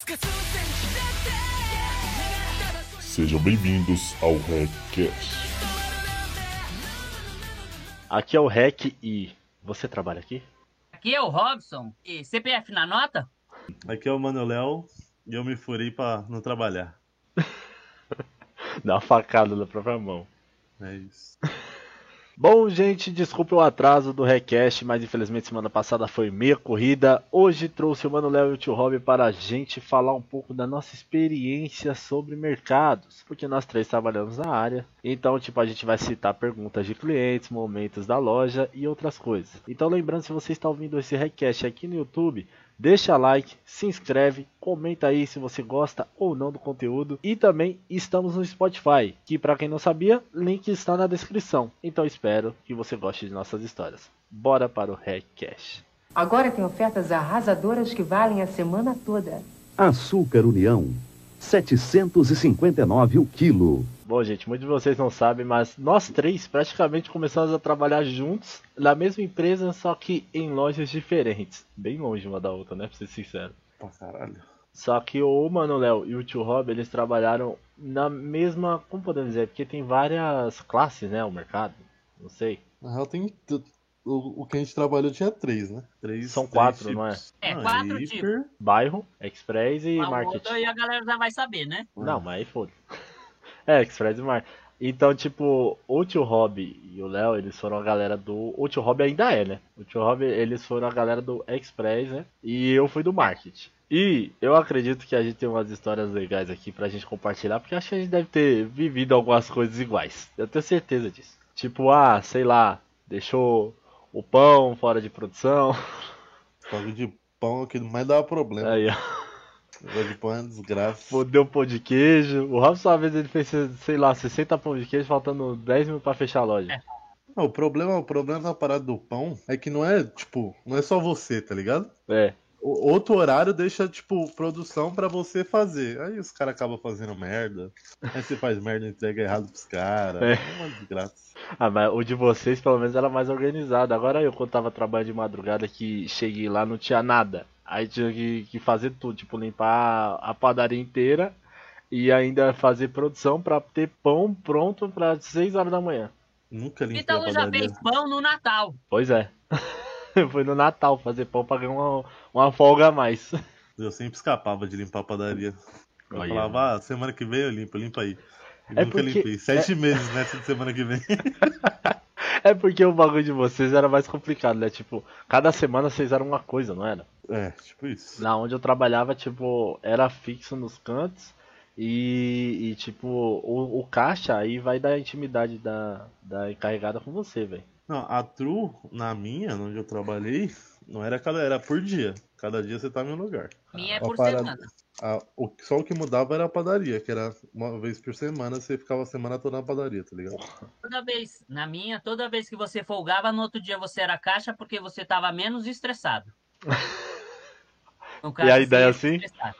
Sejam bem-vindos ao RecCast. Aqui é o Rec e você trabalha aqui? Aqui é o Robson e CPF na nota? Aqui é o Mano Léo e eu me furei pra não trabalhar. Dá uma facada na própria mão. É isso. Bom, gente, desculpe o atraso do RecCast, mas infelizmente semana passada foi meia corrida. Hoje trouxe o Mano Léo e o Tio Rob para a gente falar um pouco da nossa experiência sobre mercados, porque nós três trabalhamos na área. Então, a gente vai citar perguntas de clientes, momentos da loja e outras coisas. Então, lembrando, se você está ouvindo esse RecCast aqui no YouTube, deixa like, se inscreve, comenta aí se você gosta ou não do conteúdo. E também estamos no Spotify, que para quem não sabia, link está na descrição. Então espero que você goste de nossas histórias. Bora para o RecCast. Agora tem ofertas arrasadoras que valem a semana toda. Açúcar União, 759 o quilo. Bom, gente, muitos de vocês não sabem, mas nós três praticamente começamos a trabalhar juntos na mesma empresa, só que em lojas diferentes. Bem longe uma da outra, né? Pra ser sincero. Pra caralho. Só que o Mano Léo e o Tio Rob, eles trabalharam na mesma, como podemos dizer, porque tem várias classes, né, o mercado, não sei. Na real tem... O que a gente trabalhou tinha três, né? São quatro, não é? É, quatro tipos. Bairro, Express e A Market. outra e a galera já vai saber, né? Não, mas aí foda. É, Express e Market. Então, o Tio Rob e o Léo, eles foram a galera do... O Tio Rob ainda é, né? O Tio Rob, eles foram a galera do Express, né? E eu fui do Market. E eu acredito que a gente tem umas histórias legais aqui pra gente compartilhar, porque acho que a gente deve ter vivido algumas coisas iguais. Eu tenho certeza disso. Sei lá, deixou o pão fora de produção. Fogo de pão é o que mais dava problema. Aí, ó. Fogo de pão é uma desgraça. Fodeu pão de queijo. O Robson, uma vez, ele fez, 60 pão de queijo, faltando 10 mil pra fechar a loja. Não, o problema da parada do pão é que não é só você, tá ligado? É. Outro horário deixa, produção pra você fazer. Aí os caras acabam fazendo merda. Aí você faz merda e entrega errado pros caras. É. É uma desgraça. Ah, mas o de vocês pelo menos era mais organizado. Agora eu, quando tava trabalhando de madrugada, que cheguei lá, não tinha nada. Aí tinha que fazer tudo, limpar a padaria inteira e ainda fazer produção pra ter pão pronto pra 6 horas da manhã. Nunca limpei a Itaú já padaria. fez pão no Natal. Pois é. Eu fui no Natal fazer pão pra ganhar uma folga a mais. Eu sempre escapava de limpar a padaria. Eu Olha. falava, semana que vem eu limpa aí. E É nunca porque- limpei. 7 meses nessa de semana que vem. É porque o bagulho de vocês era mais complicado, né? Cada semana vocês eram uma coisa, não era? É, isso. Na onde eu trabalhava, era fixo nos cantos e o caixa aí vai dar intimidade da encarregada com você, velho. Não, a True, na minha, onde eu trabalhei, não era era por dia. Cada dia você tava em um lugar. Minha é A por parada- semana. Só o que mudava era a padaria, que era uma vez por semana, você ficava a semana toda na padaria, tá ligado? Toda vez que você folgava, no outro dia você era caixa porque você tava menos estressado. No E a ideia você ia assim? estressado.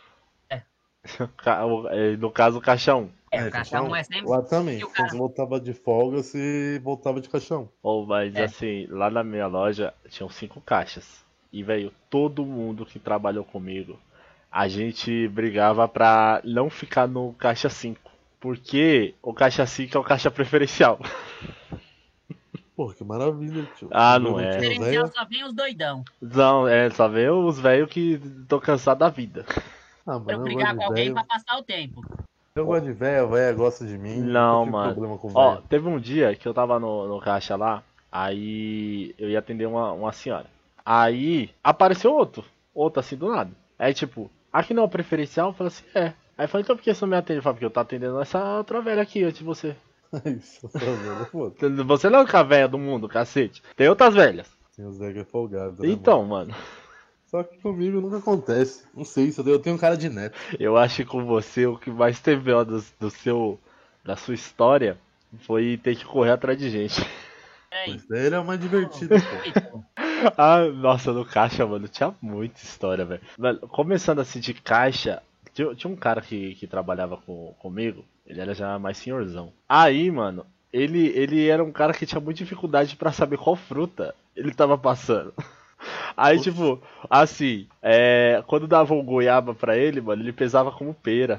No caso, o caixão. O caixão é sempre... Lá também. E o Quando cara- você voltava de folga, você voltava de caixão. Mas É. assim, lá na minha loja tinham 5 caixas. E, velho, todo mundo que trabalhou comigo, a gente brigava pra não ficar no caixa 5. Porque o caixa 5 é o caixa preferencial. Pô, que maravilha, tio. Ah, não é. tinha Diferencial velho. só vem os doidão. Não, só vê os velhos que estão cansados da vida. Ah, mano, Eu eu brigar gosto com de alguém velho. pra passar o tempo. Eu gosto de velho, a velha gosta de mim. Não, nunca tive mano. problema com Ó, velho. teve um dia que eu tava no caixa lá, aí eu ia atender uma senhora. Aí apareceu outro assim do nada. Aí aqui não é o preferencial? Eu falei assim, é. Aí eu falei, então por que você não me atende? Eu falei, porque eu tô atendendo essa outra velha aqui antes de você. Isso, tá vendo? Pô, Você não é a única velha do mundo, cacete. Tem outras velhas. tem os velhos folgados, né, Então, mano, Só que comigo nunca acontece. Não sei, eu tenho cara de neto. eu acho que com você o que mais teve ó, da sua história foi ter que correr atrás de gente. Peraí. Isso daí era mais divertido, pô. Ah, nossa, no caixa, mano, tinha muita história, velho. Velho, começando assim de caixa, tinha um cara que trabalhava comigo, ele era já mais senhorzão. Aí, mano, ele era um cara que tinha muita dificuldade pra saber qual fruta ele tava passando. Aí, tipo, assim, quando dava um goiaba pra ele, mano, ele pesava como pera.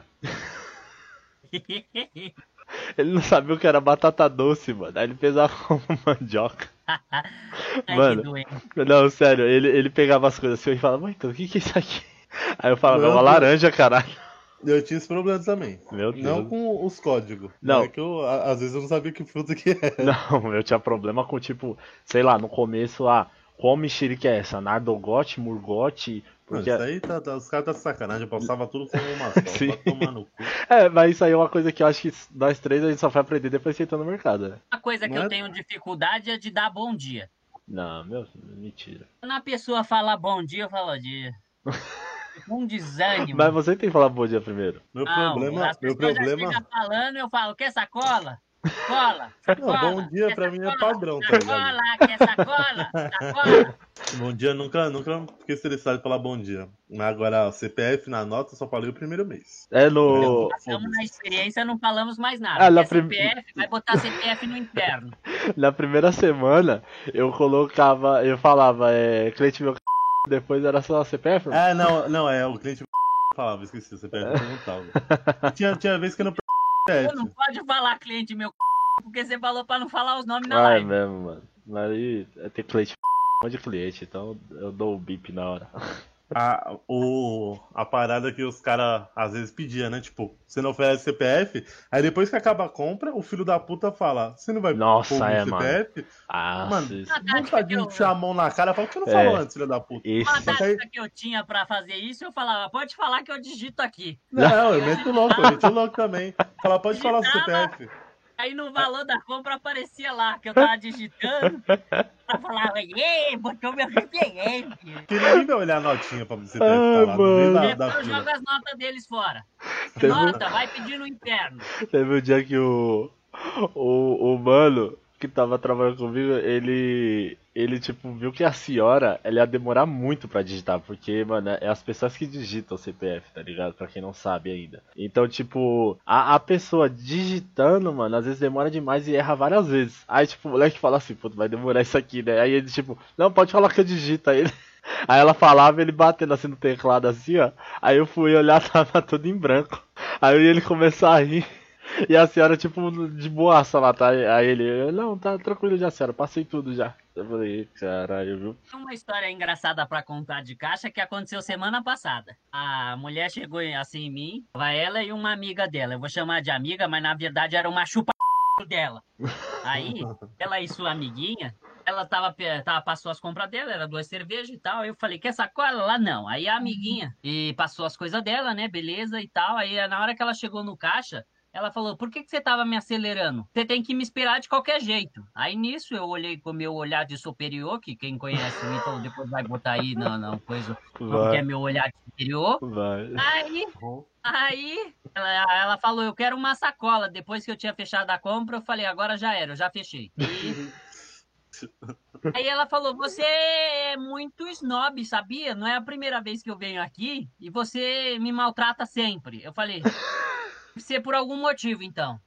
Ele não sabia o que era batata doce, mano. Aí ele pesava como mandioca. Ai, Mano, que doente. não, sério, ele pegava as coisas assim e falava, então, o que que é isso aqui? Aí eu falava, é uma Não, laranja, caralho. Eu tinha esse problema também. Meu Deus. Não com os códigos. Não. É que às vezes eu não sabia que fruta que era. Não, eu tinha problema com, tipo, sei lá, no começo, qual mexerica é essa? Nardogote, Murgote? Não, Porque... isso aí os caras tá de sacanagem, eu passava tudo como uma só, Sim. pra tomar no cu. Mas isso aí é uma coisa que eu acho que nós três a gente só vai aprender depois que entra no mercado, né? Uma coisa que Não é? eu tenho dificuldade é de dar bom dia. Não, mentira. Quando a pessoa fala bom dia, eu falo dia. Um desânimo. Mas você tem que falar bom dia primeiro. Meu Não, problema, as meu pessoas já problema. chegam falando, eu falo, quer sacola? Cola, Não, sacola. bom dia quer pra mim é sacola? padrão, tá ligado? Sacola, quer sacola? Sacola. Bom dia, nunca fiquei estressado de falar bom dia. Mas agora, CPF na nota, eu só falei o primeiro mês. É no. Passamos na experiência, não falamos mais nada. Ah, na Quer CPF, vai botar CPF no inferno. Na primeira semana, eu falava, cliente meu depois era só CPF? Ah, não, o cliente falava, esqueci, o CPF eu perguntava. Tinha vez que eu não Você não pode falar cliente meu porque você falou pra não falar os nomes na É live. mesmo, mano. Mas aí tem cliente, um monte de cliente, então eu dou o bip na hora. A parada que os caras às vezes pediam, né? Tipo, você não oferece CPF, aí depois que acaba a compra, o filho da puta fala, você não vai Nossa, pôr meu mano. CPF? Mano, Isso. vontade de enfiar a mão na cara, fala que você não falou antes, filho da puta. Esse. Uma Só que aí- tática que eu tinha pra fazer isso, eu falava, pode falar que eu digito aqui. Não, eu meto louco também. Fala, pode falar o seu CPF. Aí no valor da compra aparecia lá, que eu tava digitando. Ela falava, ei, botou meu CPF. Que ninguém vai olhar a notinha pra você CPF Ah, tá lá no meio mano. da Depois eu fila. jogo as notas deles fora. Teve- Nota, vai pedir no inferno. Teve um dia que o mano que tava trabalhando comigo, ele tipo, viu que a senhora, ela ia demorar muito pra digitar, porque, mano, é as pessoas que digitam o CPF, tá ligado? Pra quem não sabe ainda. Então, tipo, a pessoa digitando, mano, às vezes demora demais e erra várias vezes. Aí, tipo, o moleque fala assim, pô, vai demorar isso aqui, né? Aí ele, tipo, não, pode falar que eu digito. Aí ele... Aí ela falava, ele batendo assim no teclado, assim, ó. Aí eu fui olhar, tava tudo em branco. Aí ele começou a rir. E a senhora, tipo, de boaça lá, tá? Aí ele, não, tá tranquilo já, senhora, passei tudo já. Eu falei, caralho, viu? Tem uma história engraçada pra contar de caixa que aconteceu semana passada. A mulher chegou assim em mim, vai ela e uma amiga dela. Eu vou chamar de amiga, mas na verdade era uma chupa dela. Aí, ela e sua amiguinha, ela passou as compras dela, era 2 cervejas e tal. Eu falei, quer sacola? Lá não. Aí a amiguinha e passou as coisas dela, né? Beleza e tal. Aí na hora que ela chegou no caixa, ela falou, por que você tava me acelerando? Você tem que me esperar de qualquer jeito. Aí nisso eu olhei com o meu olhar de superior, que quem conhece o Ítalo depois vai botar aí não coisa, como que é meu olhar de superior. Vai. Aí ela falou, eu quero uma sacola. Depois que eu tinha fechado a compra, eu falei, agora já era, eu já fechei. Aí ela falou, você é muito snob, sabia? Não é a primeira vez que eu venho aqui e você me maltrata sempre. Eu falei, deve ser por algum motivo, então.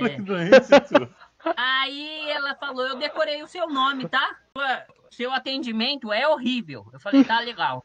Aí ela falou, eu decorei o seu nome, tá? Seu atendimento é horrível. Eu falei, tá legal.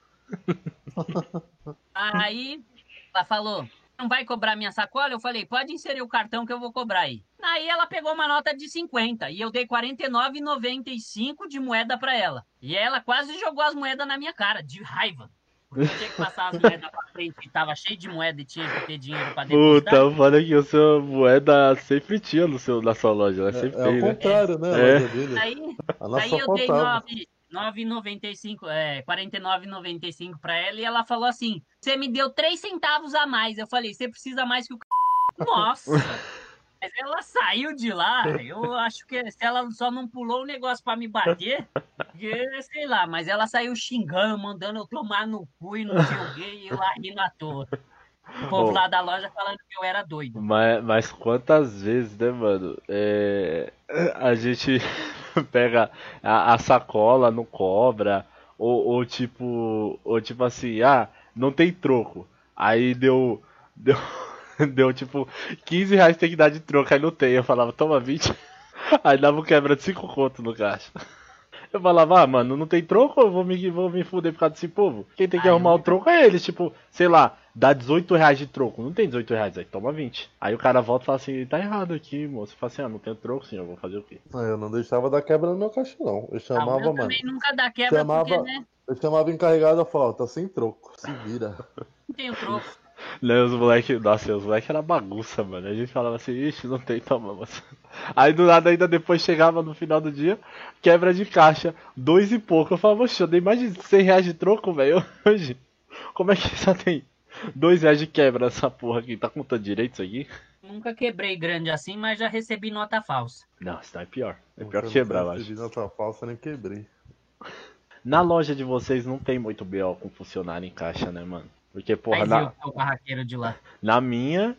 Aí ela falou, não vai cobrar minha sacola? Eu falei, pode inserir o cartão que eu vou cobrar aí. Aí ela pegou uma nota de 50 e eu dei R$49,95 de moeda pra ela. E ela quase jogou as moedas na minha cara, de raiva. Porque eu tinha que passar as moedas pra frente e tava cheio de moeda e tinha que ter dinheiro pra depositar. Puta, foda que o seu moeda sempre tinha na sua loja, né? Sempre É tem, o né? contrário, né? A É. loja dele. A nossa Aí só eu dei faltava. 9,95, R$49,95 pra ela e ela falou assim, você me deu 3 centavos a mais. Eu falei, você precisa mais que o Nossa! Mas ela saiu de lá, eu acho que se ela só não pulou o negócio pra me bater, porque, sei lá, mas ela saiu xingando, mandando eu tomar no cu e não sei o quê, e eu lá rindo à toa. O povo lá da loja falando que eu era doido. Mas quantas vezes, né, mano? A gente pega a sacola, não cobra, ou tipo assim, não tem troco. Aí deu tipo R$15 tem que dar de troco, aí não tem. Eu falava, toma 20. Aí dava um quebra de 5 conto no caixa. Eu falava, ah, mano, não tem troco, eu vou me fuder por causa desse povo. Quem tem que arrumar o troco é eles, tipo, sei lá, dá 18 reais de troco. Não tem 18 reais aí, toma 20. Aí o cara volta e fala assim, tá errado aqui, moço. Eu falo assim, ah, não tenho troco sim, eu vou fazer o quê? Eu não deixava dar quebra no meu caixa, não. Eu chamava, eu mano. também nunca dá quebra porque, né? Eu chamava encarregado e falava, tá sem troco, se vira. Não tenho troco. Não, os moleques, nossa, os moleques era bagunça, mano. A gente falava assim, ixi, não tem, toma, moço. Aí do nada ainda depois chegava no final do dia, quebra de caixa, 2 e pouco. Eu falava, oxe, eu dei mais de 100 reais de troco, velho, hoje. Como é que só tem 2 reais de quebra essa porra aqui? Tá contando direito isso aqui? Nunca quebrei grande assim, mas já recebi nota falsa. Não, isso não é pior. É pior que quebrar, eu acho. Nota falsa, nem quebrei. Na loja de vocês não tem muito BO com funcionário em caixa, né, mano? Porque, porra, Aí viu o barraqueiro de lá. na minha,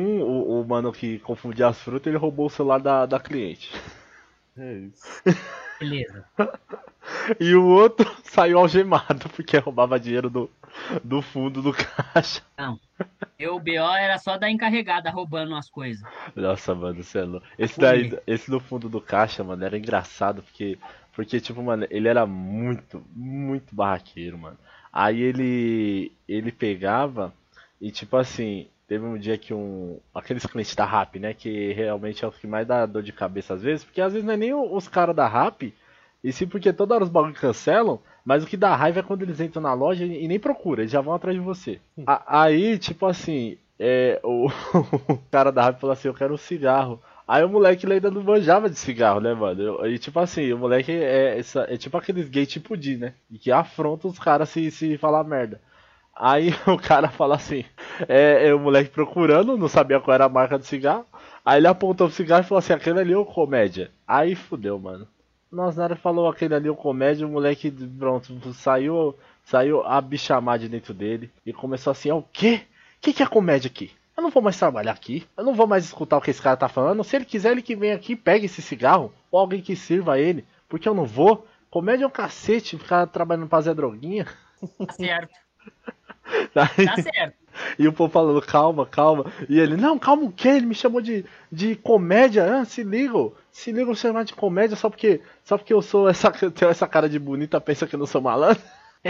o mano que confundia as frutas, ele roubou o celular da cliente. É isso. Beleza. E o outro saiu algemado, porque roubava dinheiro do fundo do caixa. Não. O BO era só da encarregada roubando as coisas. Nossa, mano, você é louco. Esse do fundo do caixa, mano, era engraçado, porque, tipo, mano, ele era muito, muito barraqueiro, mano. Aí ele pegava e, tipo assim, teve um dia que aqueles clientes da Rappi, né, que realmente é o que mais dá dor de cabeça às vezes, porque às vezes não é nem os caras da Rappi, e sim porque toda hora os bagulho cancelam, mas o que dá raiva é quando eles entram na loja e nem procuram, eles já vão atrás de você. Aí, tipo assim, o cara da Rappi falou assim, eu quero um cigarro. Aí o moleque ele ainda não manjava de cigarro, né, mano? E tipo assim, o moleque é tipo aqueles gay tipo D, né? E que afronta os caras se falar merda. Aí o cara fala assim, o moleque procurando, não sabia qual era a marca do cigarro. Aí ele apontou pro cigarro e falou assim, aquele ali é o Comédia. Aí fudeu, mano. Nossa, na hora que falou aquele ali é o Comédia, o moleque, pronto, saiu a bichamar de dentro dele. E começou assim, o quê? O que é Comédia aqui? Eu não vou mais trabalhar aqui. Eu não vou mais escutar o que esse cara tá falando. Se ele quiser, ele que vem aqui, pegue esse cigarro. Ou alguém que sirva a ele. Porque eu não vou. Comédia é um cacete ficar trabalhando pra fazer droguinha. Tá certo. Aí, Tá certo. e o povo falando, calma, calma. E ele, não, calma o quê? Ele me chamou de comédia. Ah, se liga eu chamar de comédia só porque eu sou tenho essa cara de bonita, pensa que eu não sou malandro.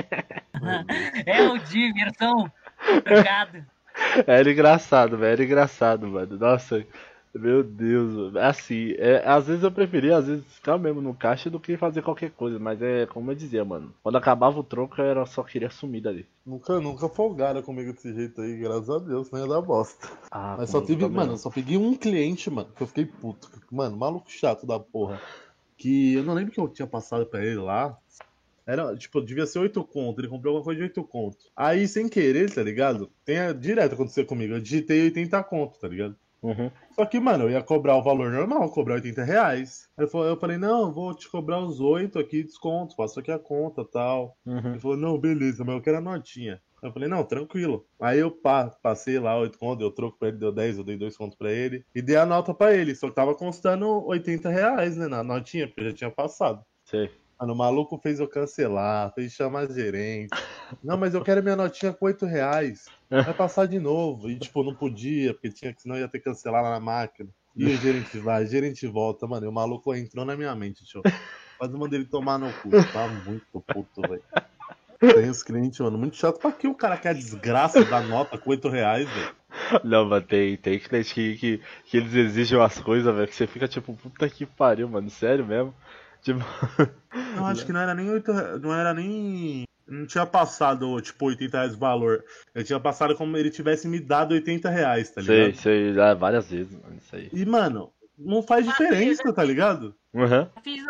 É o Di, versão. Obrigado. Era engraçado, velho. Era engraçado, mano. Nossa, meu Deus. Mano. Assim, às vezes eu preferia, às vezes, ficar mesmo no caixa do que fazer qualquer coisa. Mas é como eu dizia, mano. Quando acabava o troco, eu só queria sumir dali. Nunca folgaram comigo desse jeito aí, graças a Deus, não ia dar bosta. Ah, mas só tive, mano, eu só peguei um cliente, mano, que eu fiquei puto. Mano, maluco chato da porra. Que eu não lembro que eu tinha passado pra ele lá. Era, tipo, devia ser 8 conto. Ele comprou alguma coisa de 8 conto. Aí, sem querer, tá ligado? Direto acontecer comigo. Eu digitei 80 conto, tá ligado? Uhum. Só que, mano, eu ia cobrar o valor normal, cobrar 80 reais. Eu falei, não, eu vou te cobrar os 8 aqui, desconto, faço aqui a conta e tal. Uhum. Ele falou, não, beleza, mas eu quero a notinha. Eu falei, não, tranquilo. Aí eu passei lá 8 contos, deu troco pra ele, deu 10, eu dei 2 contos pra ele. E dei a nota pra ele, só que tava constando 80 reais, né, na notinha, porque já tinha passado. Sei. Mano, o maluco fez eu cancelar, fez chamar gerente. Não, mas eu quero minha notinha com 8 reais. Vai passar de novo. E, tipo, não podia, porque senão ia ter que cancelar lá na máquina. E o gerente vai, gerente volta, mano. E o maluco entrou na minha mente, tio. Quase mandei ele tomar no cu. Tá muito puto, velho. Tem os clientes, mano, muito chato. Pra que o cara quer a desgraça da nota com 8 reais, velho? Não, mas tem cliente que eles exigem as coisas, velho, que você fica tipo, puta que pariu, mano. Sério mesmo? Tipo. Eu acho que não era nem 8 reais. Não era nem. Não tinha passado, tipo, 80 reais o valor. Eu tinha passado como ele tivesse me dado 80 reais, tá ligado? Sei, várias vezes, mano, isso aí. E, mano, não faz diferença, tá ligado? Uhum. Fiz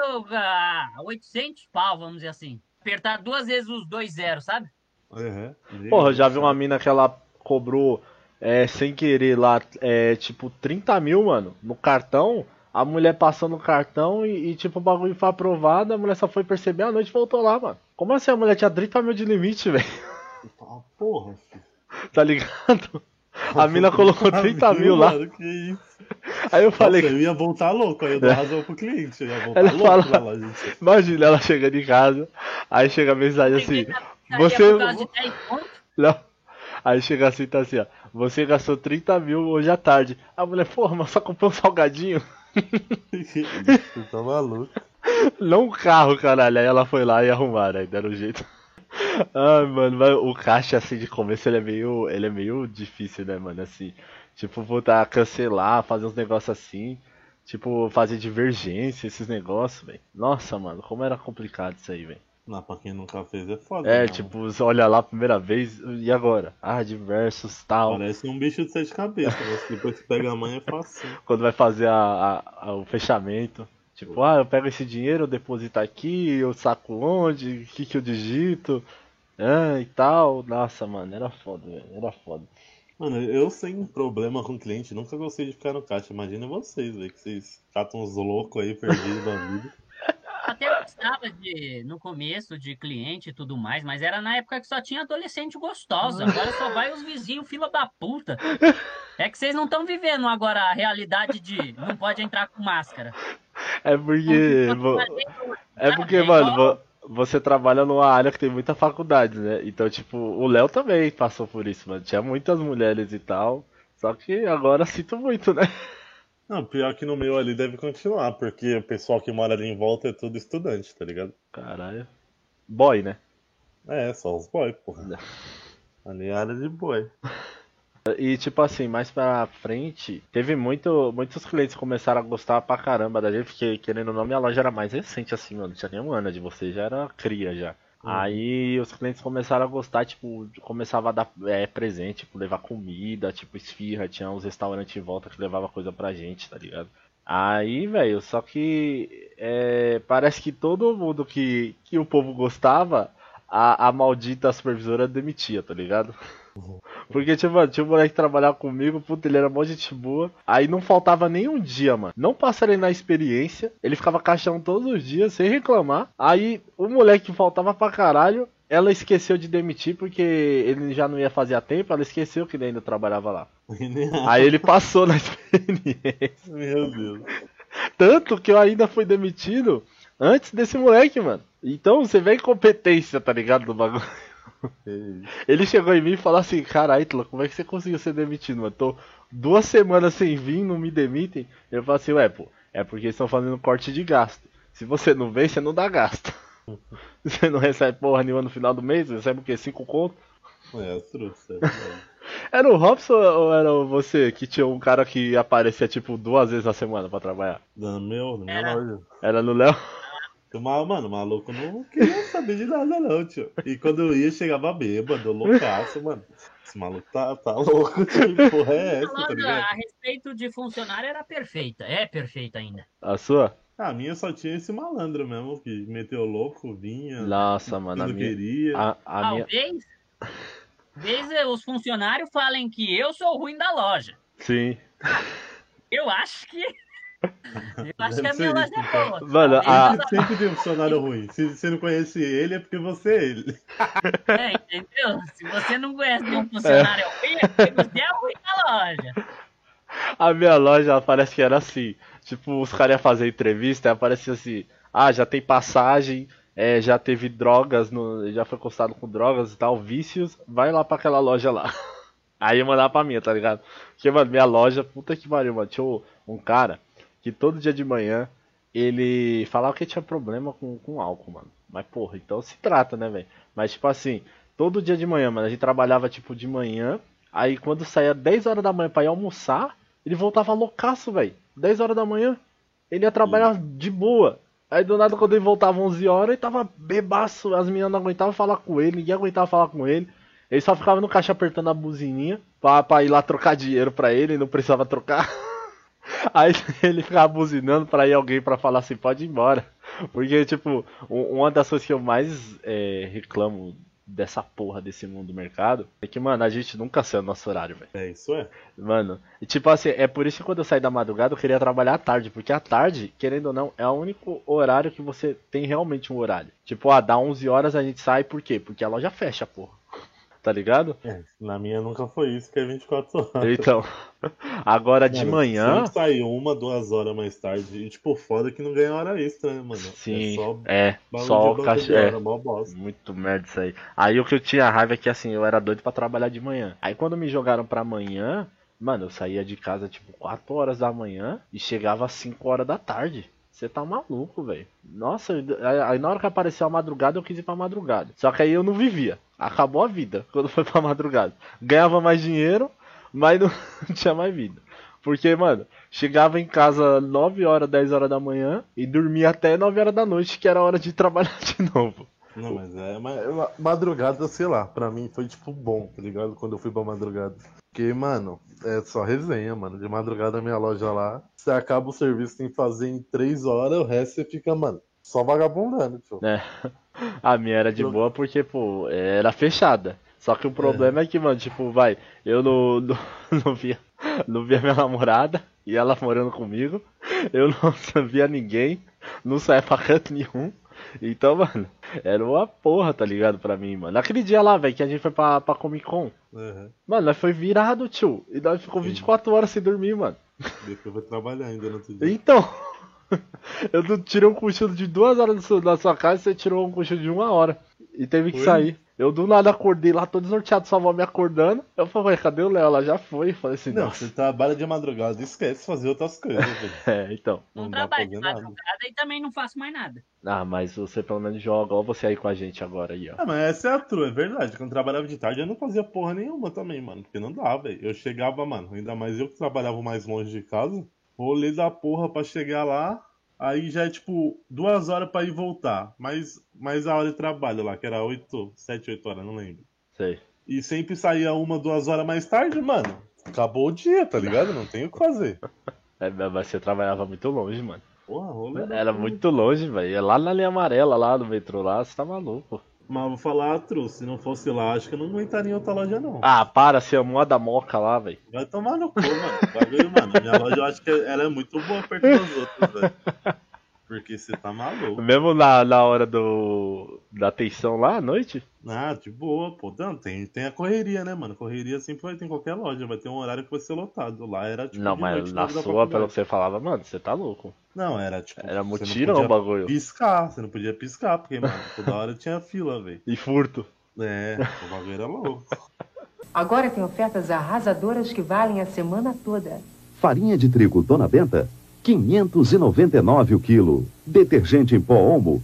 800 pau, vamos dizer assim. Apertar 2 vezes os 2 zeros, sabe? Uhum. Porra, eu já vi uma mina que ela cobrou sem querer lá, tipo, 30 mil, mano, no cartão. A mulher passou no cartão e tipo, o bagulho foi aprovado, a mulher só foi perceber à noite e voltou lá, mano. Como assim a mulher tinha 30 mil de limite, velho? Porra, filho. Tá ligado? A mina colocou 30 mil lá. Mano, que isso? Aí eu falei. Nossa, eu ia voltar louco, aí eu dou razão pro cliente. Eu ia voltar Ela louco fala, pra lá, gente. imagina ela chegando em casa, aí chega a mensagem assim. Você. Por causa de 10 pontos? Não. Aí chega assim, tá assim, ó. Você gastou 30 mil hoje à tarde. A mulher, porra, mas só comprou um salgadinho. Você tá maluco. Não o carro, caralho. Aí ela foi lá e arrumaram, aí deram um jeito. Ai, mano, mas o caixa assim de começo ele é meio difícil, né, mano? Assim, tipo, voltar a cancelar, fazer uns negócios assim, tipo, fazer divergência, esses negócios, velho. Nossa, mano, como era complicado isso aí, velho. Não, pra quem nunca fez é foda, É, né? tipo, você olha lá a primeira vez, e agora? Ah, diversos, tal. Parece um bicho de 7 cabeças, mas depois que pega a mãe é fácil. Quando vai fazer o fechamento. Tipo, eu pego esse dinheiro, eu deposito aqui, eu saco onde, o que eu digito, e tal. Nossa, mano, era foda, velho, era foda. Mano, eu sem problema com cliente, nunca gostei de ficar no caixa. Imagina vocês, velho, que vocês catam uns loucos aí perdidos da vida. Até gostava no começo de cliente e tudo mais, mas era na época que só tinha adolescente gostosa. Agora só vai os vizinhos, fila da puta. É que vocês não estão vivendo agora a realidade de não pode entrar com máscara. É porque. É porque, mano, você trabalha numa área que tem muita faculdade, né? Então, tipo, o Léo também passou por isso, mano. Tinha muitas mulheres e tal. Só que agora sinto muito, né? Não, pior que no meu ali deve continuar, porque o pessoal que mora ali em volta é tudo estudante, tá ligado? Caralho. Boy, né? É, só os boy, porra. Ali é área de boy. E tipo assim, mais pra frente, teve muitos clientes que começaram a gostar pra caramba da gente, porque querendo ou não, minha loja era mais recente assim, mano. Não tinha nem um ano de você, já era cria já. Aí os clientes começaram a gostar, tipo, começava a dar presente, tipo, levar comida, tipo, esfirra, tinha uns restaurantes em volta que levava coisa pra gente, tá ligado? Aí, velho, só que parece que todo mundo que o povo gostava, a maldita supervisora demitia, tá ligado? Porque, tipo, mano, tinha um moleque que trabalhava comigo, puta, ele era mó gente boa. Aí não faltava nem um dia, mano. Não passaria na experiência. Ele ficava caixão todos os dias, sem reclamar. Aí o moleque que faltava pra caralho, ela esqueceu de demitir porque ele já não ia fazer a tempo. Ela esqueceu que ele ainda trabalhava lá. Aí ele passou na experiência. Meu Deus. Tanto que eu ainda fui demitido antes desse moleque, mano. Então você vê a incompetência, tá ligado, do bagulho. Ele chegou em mim e falou assim: caralho, como é que você conseguiu ser demitido, mano? Tô 2 semanas sem vir, não me demitem. Eu falei assim: ué, pô, é porque eles estão fazendo corte de gasto. Se você não vem, você não dá gasto. Você não recebe porra nenhuma no final do mês, você recebe o quê? 5 conto? Trouxa. Era o Robson ou era você que tinha um cara que aparecia tipo 2 vezes na semana pra trabalhar? Na minha loja. Era no Léo? Mano, o maluco não queria saber de nada não, tio. E quando eu ia, chegava bêbado, loucaço, mano. Esse maluco tá louco, tio. Que porra é essa, tá ligado? A respeito de funcionário era perfeita. É perfeita ainda. A sua? A minha só tinha esse malandro mesmo, que meteu louco, vinha. Nossa, mano, a não minha... queria. Talvez os funcionários falem que eu sou o ruim da loja. Sim. Eu acho que a minha loja é boa. Mano, sempre tem um funcionário ruim. Se você não conhece ele, é porque você é ele. Entendeu? Se você não conhece um funcionário ruim, é porque você é o ruim da loja. A minha loja parece que era assim. Tipo, os caras iam fazer entrevista e aparecia assim: já tem passagem, já teve drogas, já foi constado com drogas e tal, vícios, vai lá pra aquela loja lá. Aí eu mandava pra minha, tá ligado? Porque, mano, minha loja, puta que pariu, mano. Tinha um cara que todo dia de manhã ele falava que tinha problema com álcool, mano. Mas, porra, então se trata, né, velho? Mas, tipo assim, todo dia de manhã, mano, a gente trabalhava, tipo, de manhã. Aí, quando saía 10 horas da manhã pra ir almoçar, ele voltava loucaço, velho. 10 horas da manhã, ele ia trabalhar de boa. Aí, do nada, quando ele voltava 11 horas, ele tava bebaço. As meninas não aguentavam falar com ele, ninguém aguentava falar com ele. Ele só ficava no caixa apertando a buzininha pra ir lá trocar dinheiro pra ele, não precisava trocar. Aí ele ficava buzinando pra ir alguém pra falar assim, pode ir embora. Porque, tipo, uma das coisas que eu mais reclamo dessa porra desse mundo do mercado é que, mano, a gente nunca sai o nosso horário, velho. É, isso é. Mano, e tipo assim, é por isso que quando eu saí da madrugada eu queria trabalhar à tarde, porque à tarde, querendo ou não, é o único horário que você tem realmente um horário. Tipo, dá 11 horas a gente sai, por quê? Porque a loja fecha, porra. Tá ligado? Na minha nunca foi isso, que é 24 horas. Então, agora de manhã... Sempre sai 1, 2 horas mais tarde. E tipo, foda que não ganha hora extra, né, mano? Sim, só o caixa... bosta. Muito merda isso aí. Aí o que eu tinha raiva é que assim, eu era doido pra trabalhar de manhã. Aí quando me jogaram pra manhã, mano, eu saía de casa tipo 4 horas da manhã e chegava às 5 horas da tarde. Você tá maluco, velho. Nossa, aí na hora que apareceu a madrugada, eu quis ir pra madrugada. Só que aí eu não vivia. Acabou a vida quando foi pra madrugada. Ganhava mais dinheiro, mas não tinha mais vida. Porque, mano, chegava em casa 9 horas, 10 horas da manhã e dormia até 9 horas da noite, que era hora de trabalhar de novo. Não, mas madrugada, sei lá, pra mim foi tipo bom, tá ligado? Quando eu fui pra madrugada. Porque, mano, é só resenha, mano. De madrugada a minha loja lá, você acaba o serviço que tem que fazer em 3 horas, o resto você fica, mano, só vagabundando, tio. É. A minha era de boa porque, pô, era fechada. Só que o problema é que, mano, tipo, eu não via minha namorada e ela morando comigo. Eu não via ninguém, não saía pra canto nenhum. Então, mano, era uma porra, tá ligado, pra mim, mano. Aquele dia lá, velho, que a gente foi pra Comic Con. Mano, nós foi virado, tio. E nós ficou 24 horas sem dormir, mano. Depois vai trabalhar ainda no outro dia. Então, eu tirei um cochilo de 2 horas da sua casa e você tirou um cochilo de 1 hora. E teve que sair. Eu do nada acordei lá, todo desnorteado, sua avó me acordando. Eu falei, cadê o Léo? Ela já foi. Eu falei assim, não, nossa. você trabalha de madrugada, esquece fazer outras coisas, velho. Então. Não trabalho de madrugada e também não faço mais nada. Ah, mas você pelo menos joga, ó você aí com a gente agora aí, ó. Ah, mas essa é a true, é verdade. Quando eu trabalhava de tarde eu não fazia porra nenhuma também, mano. Porque não dá, velho. Eu chegava, mano, ainda mais eu que trabalhava mais longe de casa, rolê da porra pra chegar lá. Aí já é tipo 2 horas pra ir voltar. Mais a hora de trabalho lá, que era 7, 8 horas, não lembro. Sei. E sempre saía 1, 2 horas mais tarde, mano. Acabou o dia, tá ligado? Não tem o que fazer. Mas você trabalhava muito longe, mano. Porra, rolê. Era muito longe, velho. É lá na linha amarela, lá no metrô, lá, você tá maluco. Mas vou falar, se não fosse lá, acho que eu não aguentaria em outra loja, não. Ah, para, você amou a da Moca lá, velho. Vai tomar no cu, mano. Bagulho, mano. Minha loja eu acho que ela é muito boa perto das outras, velho. Porque você tá maluco. Mesmo na hora da tensão lá à noite? Ah, de boa, pô. Não, tem a correria, né, mano? Correria sempre vai ter em qualquer loja. Vai ter um horário que vai ser lotado. Lá era tipo. Não, de mas noite, na sua, pelo que você falava, mano, você tá louco. Não, era tipo. Era você mutirão não o bagulho. Piscar, você não podia piscar, porque, mano, toda hora tinha fila, velho. E furto. É, o bagulho era louco. Agora tem ofertas arrasadoras que valem a semana toda. Farinha de trigo Dona Benta, 599 o quilo. Detergente em pó Omo,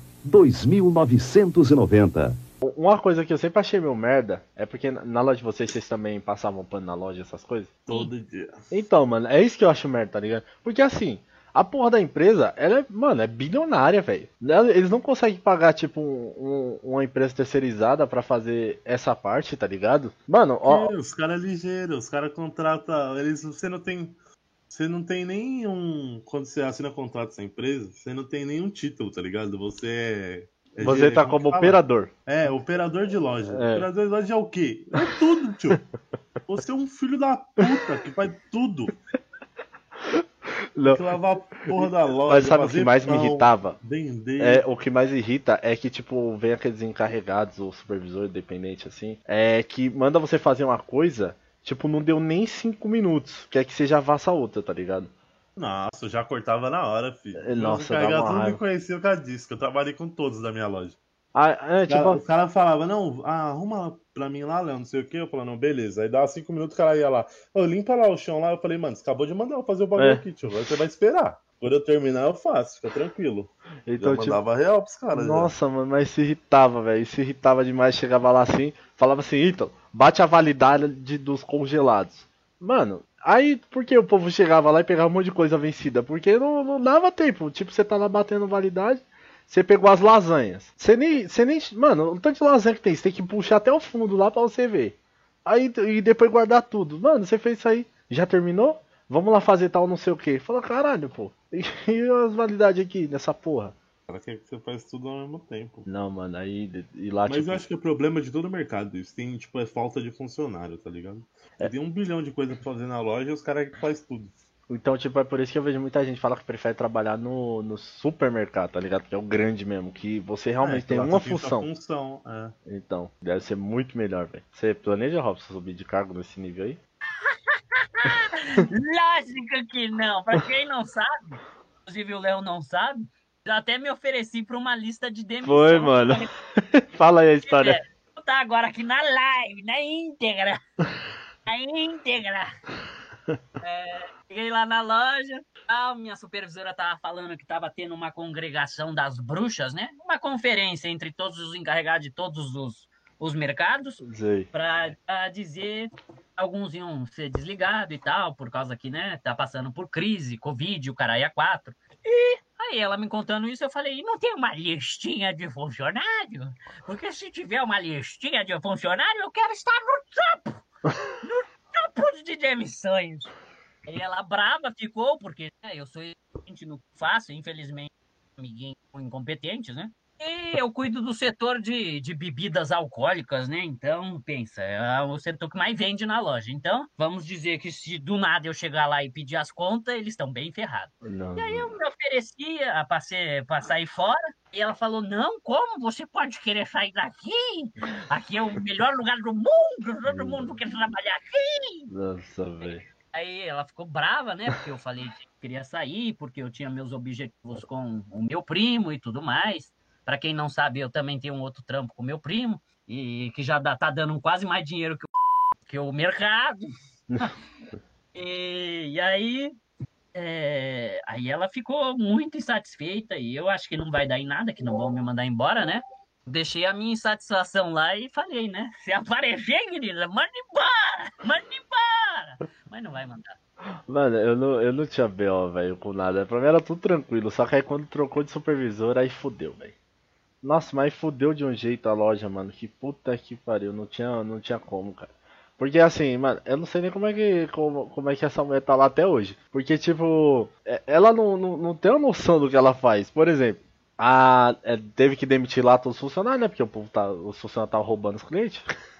2.990. Uma coisa que eu sempre achei meio merda é porque na loja de vocês também passavam pano na loja, essas coisas? Todo dia. Então, mano, é isso que eu acho merda, tá ligado? Porque assim, a porra da empresa, ela é, mano, é bilionária, velho. Eles não conseguem pagar, tipo, uma empresa terceirizada pra fazer essa parte, tá ligado? Mano, ó. Os caras ligeiros, os caras contratam. Você não tem nenhum. Quando você assina contrato com essa empresa, você não tem nenhum título, tá ligado? Você Você tá como operador. É, operador de loja. É. Operador de loja é o quê? É tudo, tio. Você é um filho da puta que faz tudo. Não. Tem que lavar a porra da loja. Mas sabe o fazer que mais me pão, irritava? Vender. O que mais irrita é que, tipo, vem aqueles encarregados, ou supervisor independente, assim, que manda você fazer uma coisa, tipo, não deu nem 5 minutos, quer que você já faça outra, tá ligado? Nossa, eu já cortava na hora, filho. Nossa, Meus dá uma encarregados não me raiva. conheciam por causa disso, que eu trabalhei com todos da minha loja. Tipo, O cara falava, não, arruma pra mim lá, Léo, não sei o que. Eu falava, não, beleza. Aí dava 5 minutos, o cara ia lá. Ô, limpa lá o chão lá. Eu falei, mano, você acabou de mandar eu fazer o bagulho aqui, tio. Agora você vai esperar. Quando eu terminar, eu faço, fica tranquilo. então, Eu mandava real pros caras. nossa, mano, mas se irritava, velho. Se irritava demais, chegava lá assim, falava assim, então, bate a validade dos congelados. Mano, aí por que o povo chegava lá e pegava um monte de coisa vencida? Porque não dava tempo. Tipo, você tá lá batendo validade, você pegou as lasanhas. Você nem. Mano, o tanto de lasanha que tem, você tem que puxar até o fundo lá pra você ver. Aí e depois guardar tudo. Mano, você fez isso aí, já terminou? Vamos lá fazer tal não sei o que. Fala, caralho, pô. E as validades aqui nessa porra? Cara, que você faz tudo ao mesmo tempo. Não, mano, aí e lá Mas tipo. eu acho que é problema de todo o mercado. Isso tem, tipo, é falta de funcionário, tá ligado? Tem 1 bilhão de coisas pra fazer na loja e os caras que faz tudo. Então, tipo, é por isso que eu vejo muita gente falar que prefere trabalhar no supermercado, tá ligado? Que é o grande mesmo, que você realmente tem lá uma você tem sua função. função, é. Então, deve ser muito melhor, velho. Você planeja, Robson, subir de cargo nesse nível aí? Lógico que não. Pra quem não sabe, inclusive o Léo não sabe, eu até me ofereci pra uma lista de demissão. Foi, mano. Fala aí a história. Vou tá agora aqui na live, na íntegra. Na íntegra. Cheguei lá na loja, minha supervisora tava falando que tava tendo uma congregação das bruxas, né? Uma conferência entre todos os encarregados de todos os mercados, Sei. pra dizer alguns iam ser desligados e tal, por causa que, né, tá passando por crise, Covid, o caralho a 4. E aí ela me contando isso, eu falei, não tem uma listinha de funcionário? Porque se tiver uma listinha de funcionário, eu quero estar no topo de demissões. Aí ela brava ficou, porque né, eu sou gente no que faço, infelizmente, amiguinhos incompetentes, né? E eu cuido do setor de bebidas alcoólicas, né? Então, pensa, é o setor que mais vende na loja. Então, vamos dizer que se do nada eu chegar lá e pedir as contas, eles estão bem ferrados. Não, E aí eu me ofereci pra sair fora. E ela falou, não, como você pode querer sair daqui? Aqui é o melhor lugar do mundo, todo mundo quer trabalhar aqui. nossa, velho. Aí ela ficou brava, né? Porque eu falei que queria sair, porque eu tinha meus objetivos com o meu primo e tudo mais. Pra quem não sabe, eu também tenho um outro trampo com o meu primo, e que já tá dando quase mais dinheiro que o mercado. E aí, aí ela ficou muito insatisfeita, e eu acho que não vai dar em nada, que não vão me mandar embora, né? Deixei a minha insatisfação lá e falei, né? Se aparecer, querida, manda embora! Manda embora! Mas não vai mandar. Mano, eu não tinha B.O., velho, com nada. Pra mim era tudo tranquilo. Só que aí quando trocou de supervisor, aí fudeu, velho. Nossa, mas fudeu de um jeito a loja, mano. Que puta que pariu. Não tinha como, cara. Porque assim, mano, eu não sei nem como é que essa mulher tá lá até hoje. Porque, tipo, ela não tem uma noção do que ela faz. Por exemplo, teve que demitir lá todos os funcionários, né? Porque os funcionários estavam roubando os clientes.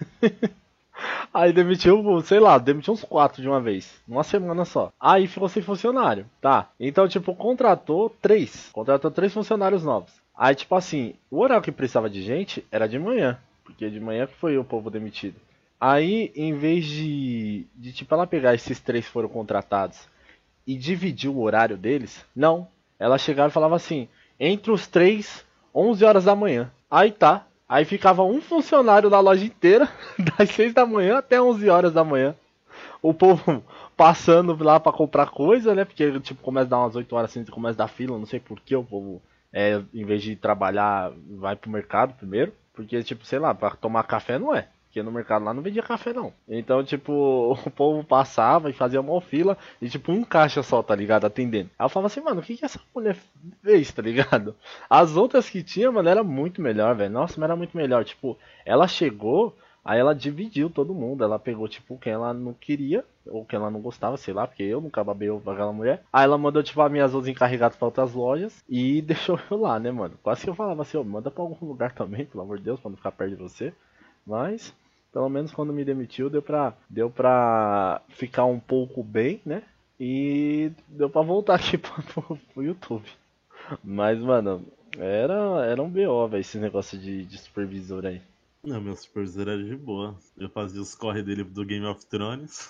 Aí demitiu, sei lá, demitiu uns 4 de uma vez, numa semana só. Aí ficou sem funcionário, tá? Então, tipo, contratou 3 funcionários novos. Aí, tipo assim, o horário que precisava de gente era de manhã, porque de manhã que foi o povo demitido. Aí, em vez de tipo, ela pegar esses 3 que foram contratados e dividir o horário deles, não. Ela chegava e falava assim, entre os 3, 11 horas da manhã. Aí tá. Aí ficava um funcionário na loja inteira, das 6 da manhã até 11 horas da manhã. O povo passando lá pra comprar coisa, né? Porque, tipo, começa a dar umas 8 horas assim, começa a dar fila, não sei por que o povo, em vez de trabalhar, vai pro mercado primeiro. Porque, tipo, sei lá, pra tomar café não é. Porque no mercado lá não vendia café, não. Então, tipo, o povo passava e fazia uma fila e, tipo, um caixa só, tá ligado? Atendendo. Aí eu falava assim, mano, o que essa mulher fez, tá ligado? As outras que tinha, mano, era muito melhor, velho. Nossa, mas era muito melhor. Tipo, ela chegou, aí ela dividiu todo mundo. Ela pegou, tipo, quem ela não queria ou quem ela não gostava, sei lá, porque eu nunca babei ovo pra aquela mulher. Aí ela mandou, tipo, as minhas outras encarregadas pra outras lojas e deixou eu lá, né, mano? Quase que eu falava assim, manda pra algum lugar também, pelo amor de Deus, pra não ficar perto de você. Mas... pelo menos quando me demitiu deu pra ficar um pouco bem, né? E deu pra voltar aqui pro YouTube. Mas, mano, era um BO, velho, esse negócio de supervisor aí. Não, meu supervisor era de boa. Eu fazia os corre dele do Game of Thrones.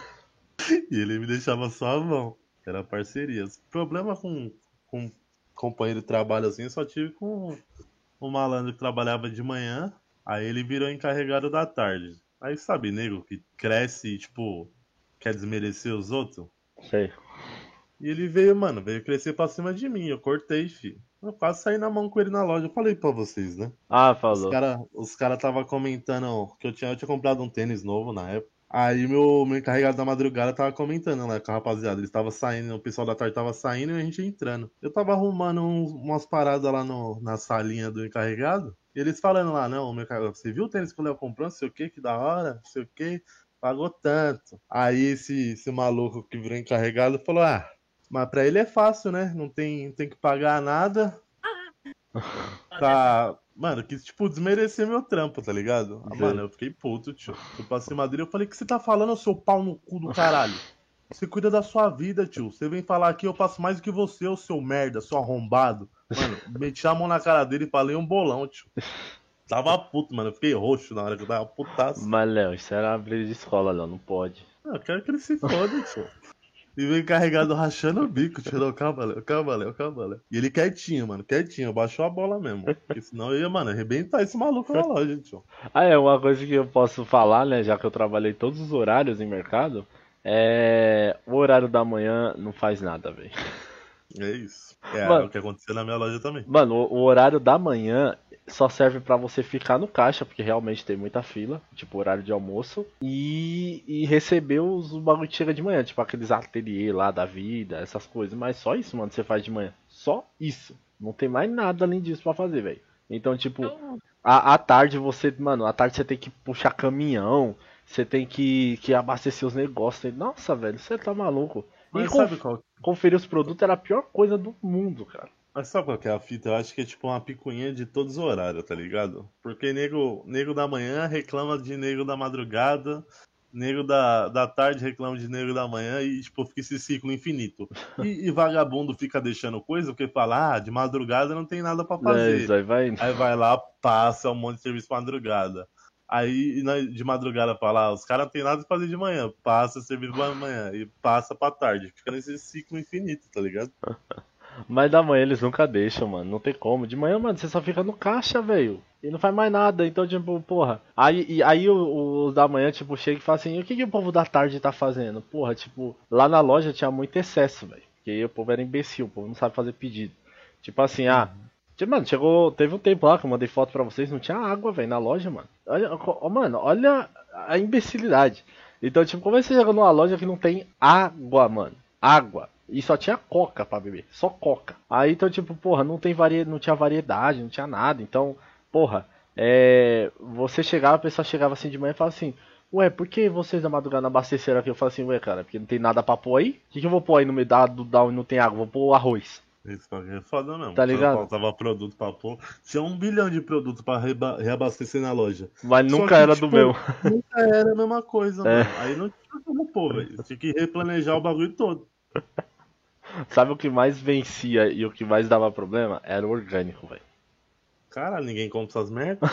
E ele me deixava só a mão. Era parcerias. Problema com companheiro de trabalho assim, eu só tive com um malandro que trabalhava de manhã. Aí ele virou encarregado da tarde. Aí sabe, nego, que cresce e, tipo, quer desmerecer os outros? Sei. E ele veio crescer pra cima de mim. Eu cortei, filho. Eu quase saí na mão com ele na loja. Eu falei pra vocês, né? Ah, falou. Os cara tava comentando que eu tinha comprado um tênis novo na época. Aí meu encarregado da madrugada tava comentando lá com a rapaziada. Eles tava saindo, o pessoal da tarde tava saindo e a gente entrando. Eu tava arrumando umas paradas lá na salinha do encarregado. E eles falando lá, não, meu cara, você viu o tênis que o Léo comprou? Não sei o que da hora, não sei o que, pagou tanto. Aí esse maluco que virou encarregado falou, mas pra ele é fácil, né? Não tem que pagar nada. Tá, mano, quis, tipo, desmerecer meu trampo, tá ligado? Mano, eu fiquei puto, tio. Fui pra cima dele, eu falei, o que você tá falando, seu pau no cu do caralho? Você cuida da sua vida, tio. Você vem falar aqui, eu passo mais do que você, ô seu merda, seu arrombado. Mano, meti a mão na cara dele e falei um bolão, tio. Tava puto, mano. Eu fiquei roxo na hora que eu tava putaço. Mas, Léo, isso era uma briga de escola, Léo, não pode. Eu quero que ele se foda, tio. E vem carregado rachando o bico, tio. Calma, Léo. E ele quietinho, mano, quietinho. Baixou a bola mesmo. Porque senão eu ia, mano, arrebentar esse maluco na loja, tio. Ah, uma coisa que eu posso falar, né, já que eu trabalhei todos os horários em mercado, O horário da manhã não faz nada, velho. É isso. É Mano. o que aconteceu na minha loja também. Mano, o horário da manhã só serve pra você ficar no caixa, porque realmente tem muita fila, tipo horário de almoço, e receber os bagulho que chega de manhã, tipo aqueles ateliê lá da vida, essas coisas. Mas só isso, mano, você faz de manhã. Só isso. Não tem mais nada além disso pra fazer, velho. Então, tipo, à tarde você, mano, à tarde você tem que puxar caminhão, você tem que abastecer os negócios. Nossa, velho, você tá maluco. E Mas sabe qual? conferir os produtos era a pior coisa do mundo, cara. Mas sabe qual que é a fita? Eu acho que é tipo uma picuinha de todos os horários, tá ligado? Porque nego da manhã reclama de nego da madrugada, nego da tarde reclama de nego da manhã e, tipo, fica esse ciclo infinito. E vagabundo fica deixando coisa porque fala, de madrugada não tem nada pra fazer. Isso, aí Vai lá, passa um monte de serviço pra madrugada. Aí de madrugada fala, os caras não tem nada pra fazer de manhã, passa serviço pra manhã e passa pra tarde. Fica nesse ciclo infinito, tá ligado? Mas da manhã eles nunca deixam, mano. Não tem como. De manhã, mano, você só fica no caixa, velho. E não faz mais nada. Então, tipo, porra. Aí os da manhã, tipo, chega e fala assim: o que o povo da tarde tá fazendo? Porra, tipo, lá na loja tinha muito excesso, velho. Porque aí o povo era imbecil, o povo não sabe fazer pedido. Tipo assim, mano, teve um tempo lá que eu mandei foto pra vocês, não tinha água, velho, na loja, mano. Mano, olha a imbecilidade. Então, tipo, como é que você chega numa loja que não tem água, mano? Água. E só tinha coca pra beber, só coca. Aí então, tipo, porra, não tinha variedade, não tinha nada. Então, porra, você chegava, a pessoa chegava assim de manhã e falava assim: ué, por que vocês da madrugada não abasteceram aqui? Eu falo assim: ué, cara, porque não tem nada pra pôr aí? O que eu vou pôr aí no meio da onde não tem água? Vou pôr arroz. Isso é foda mesmo. Tá ligado? Só faltava produto pra pôr. Tinha 1 bilhão de produtos pra reabastecer na loja. Mas Só nunca que, era tipo, do meu. Nunca era a mesma coisa, mano. Aí não tinha como pôr, velho. Tinha que replanejar o bagulho todo. Sabe o que mais vencia e o que mais dava problema? Era o orgânico, velho. Cara, ninguém compra essas merdas.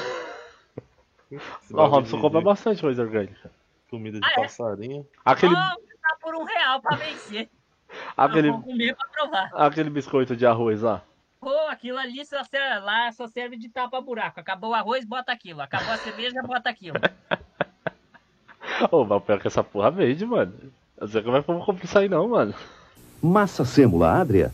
O Robson compra bastante coisa orgânica. Comida de passarinho. Aquele, Tá por R$1 pra vencer. aquele, Vou comer pra provar. aquele biscoito de arroz lá. Pô, aquilo ali só serve de tapa-buraco. Acabou o arroz, bota aquilo. Acabou a cerveja, bota aquilo. Ô, mas pior que essa porra vende, mano. Eu sei como é que eu vou comprar isso aí não, mano. Massa sêmula Adria,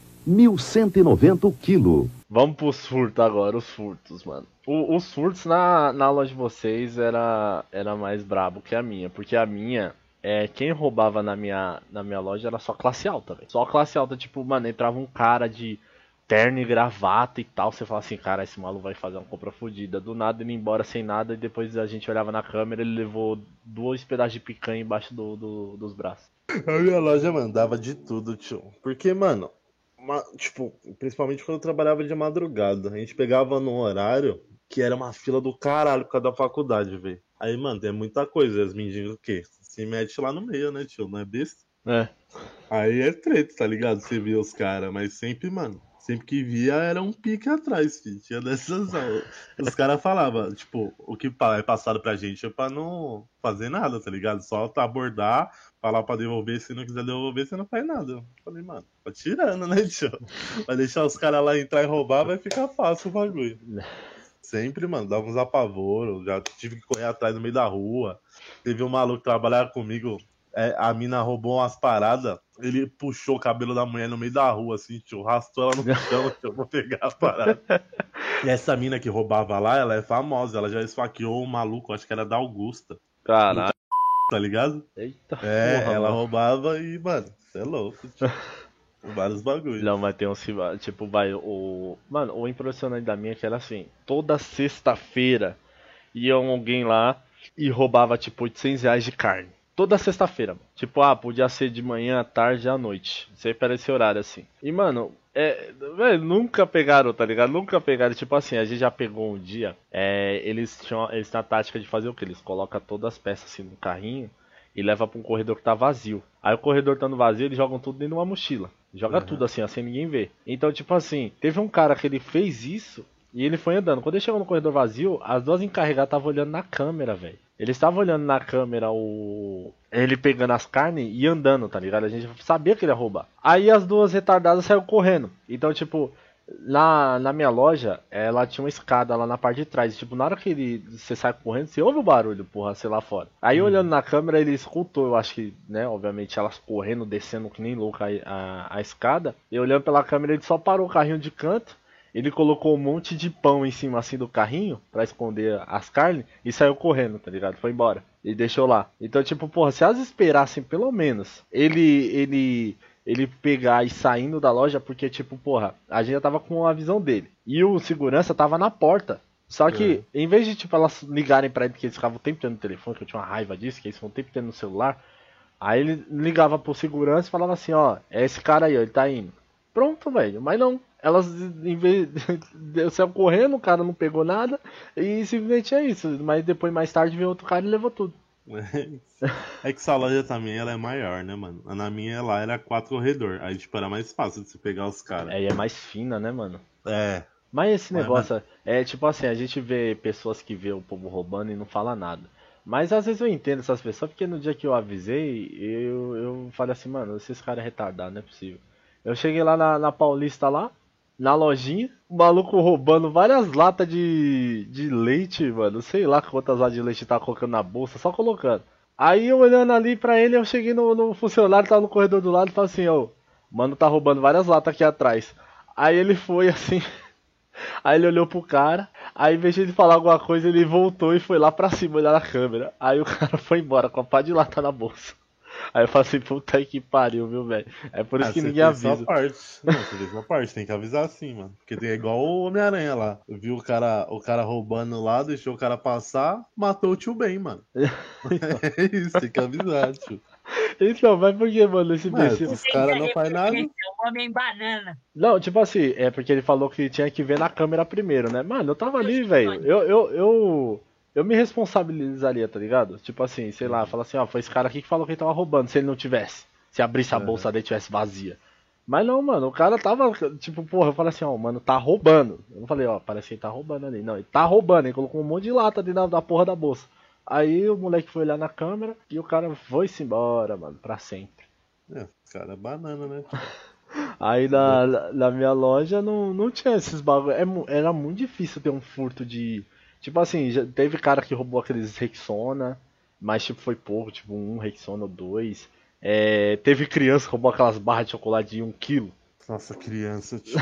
1.190 o quilo. Vamos pros furtos agora, os furtos, mano. Os furtos na loja de vocês era mais brabo que a minha. Porque a minha, quem roubava na minha loja era só classe alta, velho. Só classe alta, tipo, mano, entrava um cara de terno e gravata e tal. Você fala assim, cara, esse maluco vai fazer uma compra fodida. Do nada ele ia embora sem nada e depois a gente olhava na câmera, ele levou 2 pedaços de picanha embaixo dos braços. A minha loja mandava de tudo, tio. Porque, mano, tipo, principalmente quando eu trabalhava de madrugada, a gente pegava num horário que era uma fila do caralho por causa da faculdade, velho. Aí, mano, tem muita coisa. As mendigas o quê? Se mete lá no meio, né, tio? Não é besta? Aí é treta, tá ligado? Você vê os caras, mas sempre, mano. Sempre que via era um pique atrás, filho. Tinha dessas. Os caras falavam, tipo, o que é passado pra gente é pra não fazer nada, tá ligado? Só abordar, falar pra devolver. Se não quiser devolver, você não faz nada. Eu falei, mano, tá tirando, né, tio? Vai deixar os caras lá entrar e roubar, vai ficar fácil o bagulho. Sempre, mano, dava uns apavoros. Já tive que correr atrás no meio da rua. Teve um maluco que trabalhava comigo. A mina roubou umas paradas, ele puxou o cabelo da mulher no meio da rua, assim, tio, arrastou ela no chão, tio, pra pegar a parada. E essa mina que roubava lá, ela é famosa, ela já esfaqueou um maluco, acho que era da Augusta. Caralho. Tá ligado? Eita porra, Ela mano. roubava e, mano, você é louco, tio. Vários bagulhos. Não, mas tem uns que, tipo, mano, o impressionante da minha é que era assim, toda sexta-feira ia alguém lá e roubava, tipo, R$800 de carne. Toda sexta-feira, mano. Tipo, podia ser de manhã, à tarde, à noite. Sempre era esse horário, assim. E, mano, velho, nunca pegaram, tá ligado? Nunca pegaram. Tipo assim, a gente já pegou um dia. Eles têm a tática de fazer o quê? Eles colocam todas as peças assim no carrinho e levam pra um corredor que tá vazio. Aí o corredor estando vazio, eles jogam tudo dentro de uma mochila. Joga tudo assim, sem ninguém ver. Então, tipo assim, teve um cara que ele fez isso e ele foi andando. Quando ele chegou no corredor vazio, as duas encarregadas estavam olhando na câmera, velho. Eles estavam olhando na câmera ele pegando as carnes e andando, tá ligado? A gente sabia que ele ia roubar. Aí as duas retardadas saíram correndo. Então, tipo, Na minha loja, ela tinha uma escada lá na parte de trás. Tipo, na hora que você sai correndo, você ouve o barulho, porra, sei lá fora. Aí olhando na câmera, ele escutou, eu acho que, né, obviamente elas correndo, descendo que nem louca a escada. E olhando pela câmera, ele só parou o carrinho de canto. Ele colocou um monte de pão em cima assim do carrinho pra esconder as carnes e saiu correndo, tá ligado? Foi embora. E deixou lá. Então, tipo, porra, se elas esperassem pelo menos ele pegar e saindo da loja, porque, tipo, porra, a gente já tava com a visão dele. E o segurança tava na porta. Só que, em vez de, tipo, elas ligarem pra ele, que eles ficavam o tempo inteiro no telefone, que eu tinha uma raiva disso, que eles ficavam o tempo inteiro no celular. Aí ele ligava pro segurança e falava assim, ó, é esse cara aí, ó, ele tá indo. Pronto, velho. Mas não. Elas, em vez de saiu correndo, o cara não pegou nada. E simplesmente é isso. Mas depois, mais tarde, veio outro cara e levou tudo. É que essa loja também ela é maior, né, mano? Na minha lá era 4 corredor. Aí, tipo, era mais fácil de você pegar os caras. É, e é mais fina, né, mano? É. Mas esse negócio é tipo assim, a gente vê pessoas que vê o povo roubando e não fala nada. Mas às vezes eu entendo essas pessoas, porque no dia que eu avisei, eu falei assim, mano, esses caras é retardado, não é possível. Eu cheguei lá na Paulista lá, na lojinha, o maluco roubando várias latas de leite, mano. Sei lá quantas latas de leite tá colocando na bolsa, só colocando. Aí eu olhando ali pra ele, eu cheguei no funcionário, tava no corredor do lado e falei assim, ô, mano tá roubando várias latas aqui atrás. Aí ele foi assim, aí ele olhou pro cara, aí em vez de ele falar alguma coisa, ele voltou e foi lá pra cima olhar na câmera. Aí o cara foi embora com a pá de lata na bolsa. Aí eu falei assim, puta que pariu, viu, velho? É por isso que Você ninguém fez sua avisa. parte. Não, você fez sua parte, tem que avisar sim, mano. Porque tem igual o Homem-Aranha lá. Viu o cara roubando lá, deixou o cara passar, matou o tio Ben, mano. É isso, tem que avisar, tio. Então, mas por que, mano, esse Mas imbecil? os caras não fazem nada. O homem banana. Não, tipo assim, é porque ele falou que tinha que ver na câmera primeiro, né? Mano, eu tava ali, velho. Eu me responsabilizaria, tá ligado? Tipo assim, sei lá, fala assim, ó, foi esse cara aqui que falou que ele tava roubando, se ele não tivesse. Se abrisse a bolsa dele e tivesse vazia. Mas não, mano, o cara tava, tipo, porra, eu falei assim, ó, mano, tá roubando. Eu não falei, ó, parece que ele tá roubando ali. Não, ele tá roubando, ele colocou um monte de lata dentro da porra da bolsa. Aí o moleque foi olhar na câmera e o cara foi-se embora, mano, pra sempre. É, cara, é banana, né? Aí na minha loja não tinha esses bagulho. Era muito difícil ter um furto de. Tipo assim, já teve cara que roubou aqueles Rexona, mas tipo foi pouco, tipo um Rexona ou dois. É, teve criança que roubou aquelas barras de chocolate de 1 kg. Nossa, criança, tio.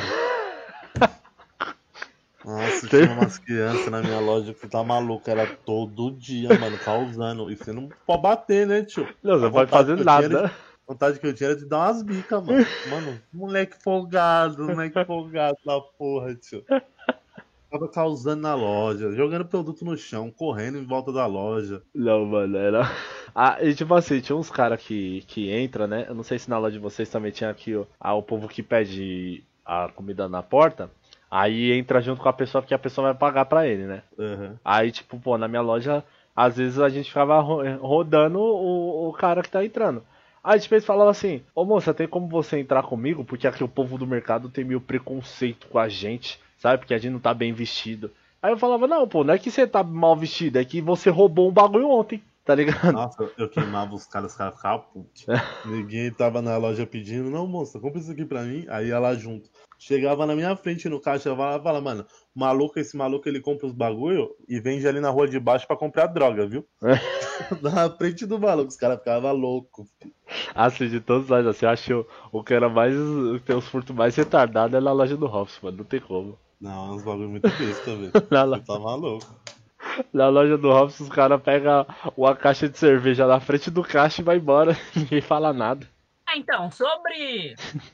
Nossa, tinha umas crianças na minha loja que tá maluco, era todo dia, mano, causando. E você não pode bater, né, tio? Não, não pode fazer nada. A vontade que eu tinha era de dar umas bicas, mano. Mano, moleque folgado da porra, tio. Tava causando na loja, jogando produto no chão, correndo em volta da loja. Não, mano, era. Ah, e tipo assim, tinha uns caras que entra, né? Eu não sei se na loja de vocês também tinha aqui o povo que pede a comida na porta. Aí entra junto com a pessoa porque a pessoa vai pagar pra ele, né? Uhum. Aí, tipo, pô, na minha loja, às vezes a gente ficava rodando o cara que tá entrando. Aí, tipo, eles falavam assim, ô moça, tem como você entrar comigo? Porque aqui o povo do mercado tem meio preconceito com a gente, sabe? Porque a gente não tá bem vestido. Aí eu falava, não, pô, não é que você tá mal vestido, é que você roubou um bagulho ontem, tá ligado? Nossa, eu queimava os caras ficavam putos. Ninguém tava na loja pedindo, não, moça, compra isso aqui pra mim. Aí ia lá junto. Chegava na minha frente no caixa, eu falava, mano, esse maluco ele compra os bagulho e vende ali na rua de baixo pra comprar droga, viu? Na frente do maluco, os caras ficavam loucos. Assim, de todos os lados, assim, eu acho que o que era mais. Tem os furtos mais retardados é na loja do Hobbs, mano, não tem como. Não, é uns bagulho muito besta, velho. Você tá maluco. Na loja do Hobbs, os caras pegam uma caixa de cerveja na frente do caixa e vai embora, ninguém fala nada. Então, sobre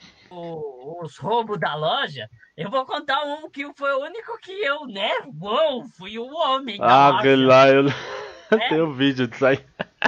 os roubos da loja, eu vou contar um que foi o único que eu, né? Fui o homem da loja. Aquele lá, eu tenho vídeo disso aí.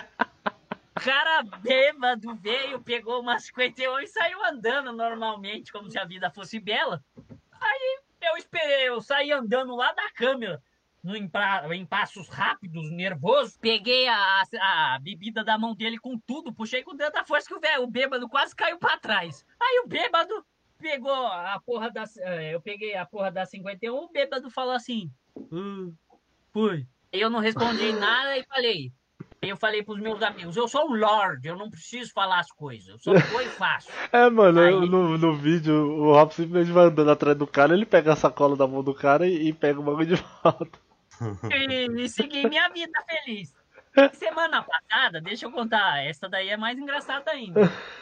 O cara bêbado veio, pegou uma 51 e saiu andando normalmente, como se a vida fosse bela. Aí eu saí andando lá da câmera, em passos rápidos, nervoso. Peguei a bebida da mão dele com tudo, puxei com tanta força que o bêbado quase caiu pra trás. Aí o bêbado pegou a porra da... Eu peguei a porra da 51, o bêbado falou assim... Foi. Eu não respondi nada e falei... Aí eu falei pros meus amigos, eu sou um lord, eu não preciso falar as coisas, eu só vou e faço. Mano, Aí- no vídeo, o Rob simplesmente vai andando atrás do cara, ele pega a sacola da mão do cara e pega o bagulho de volta. E segui minha vida feliz. Semana passada, deixa eu contar, essa daí é mais engraçada ainda.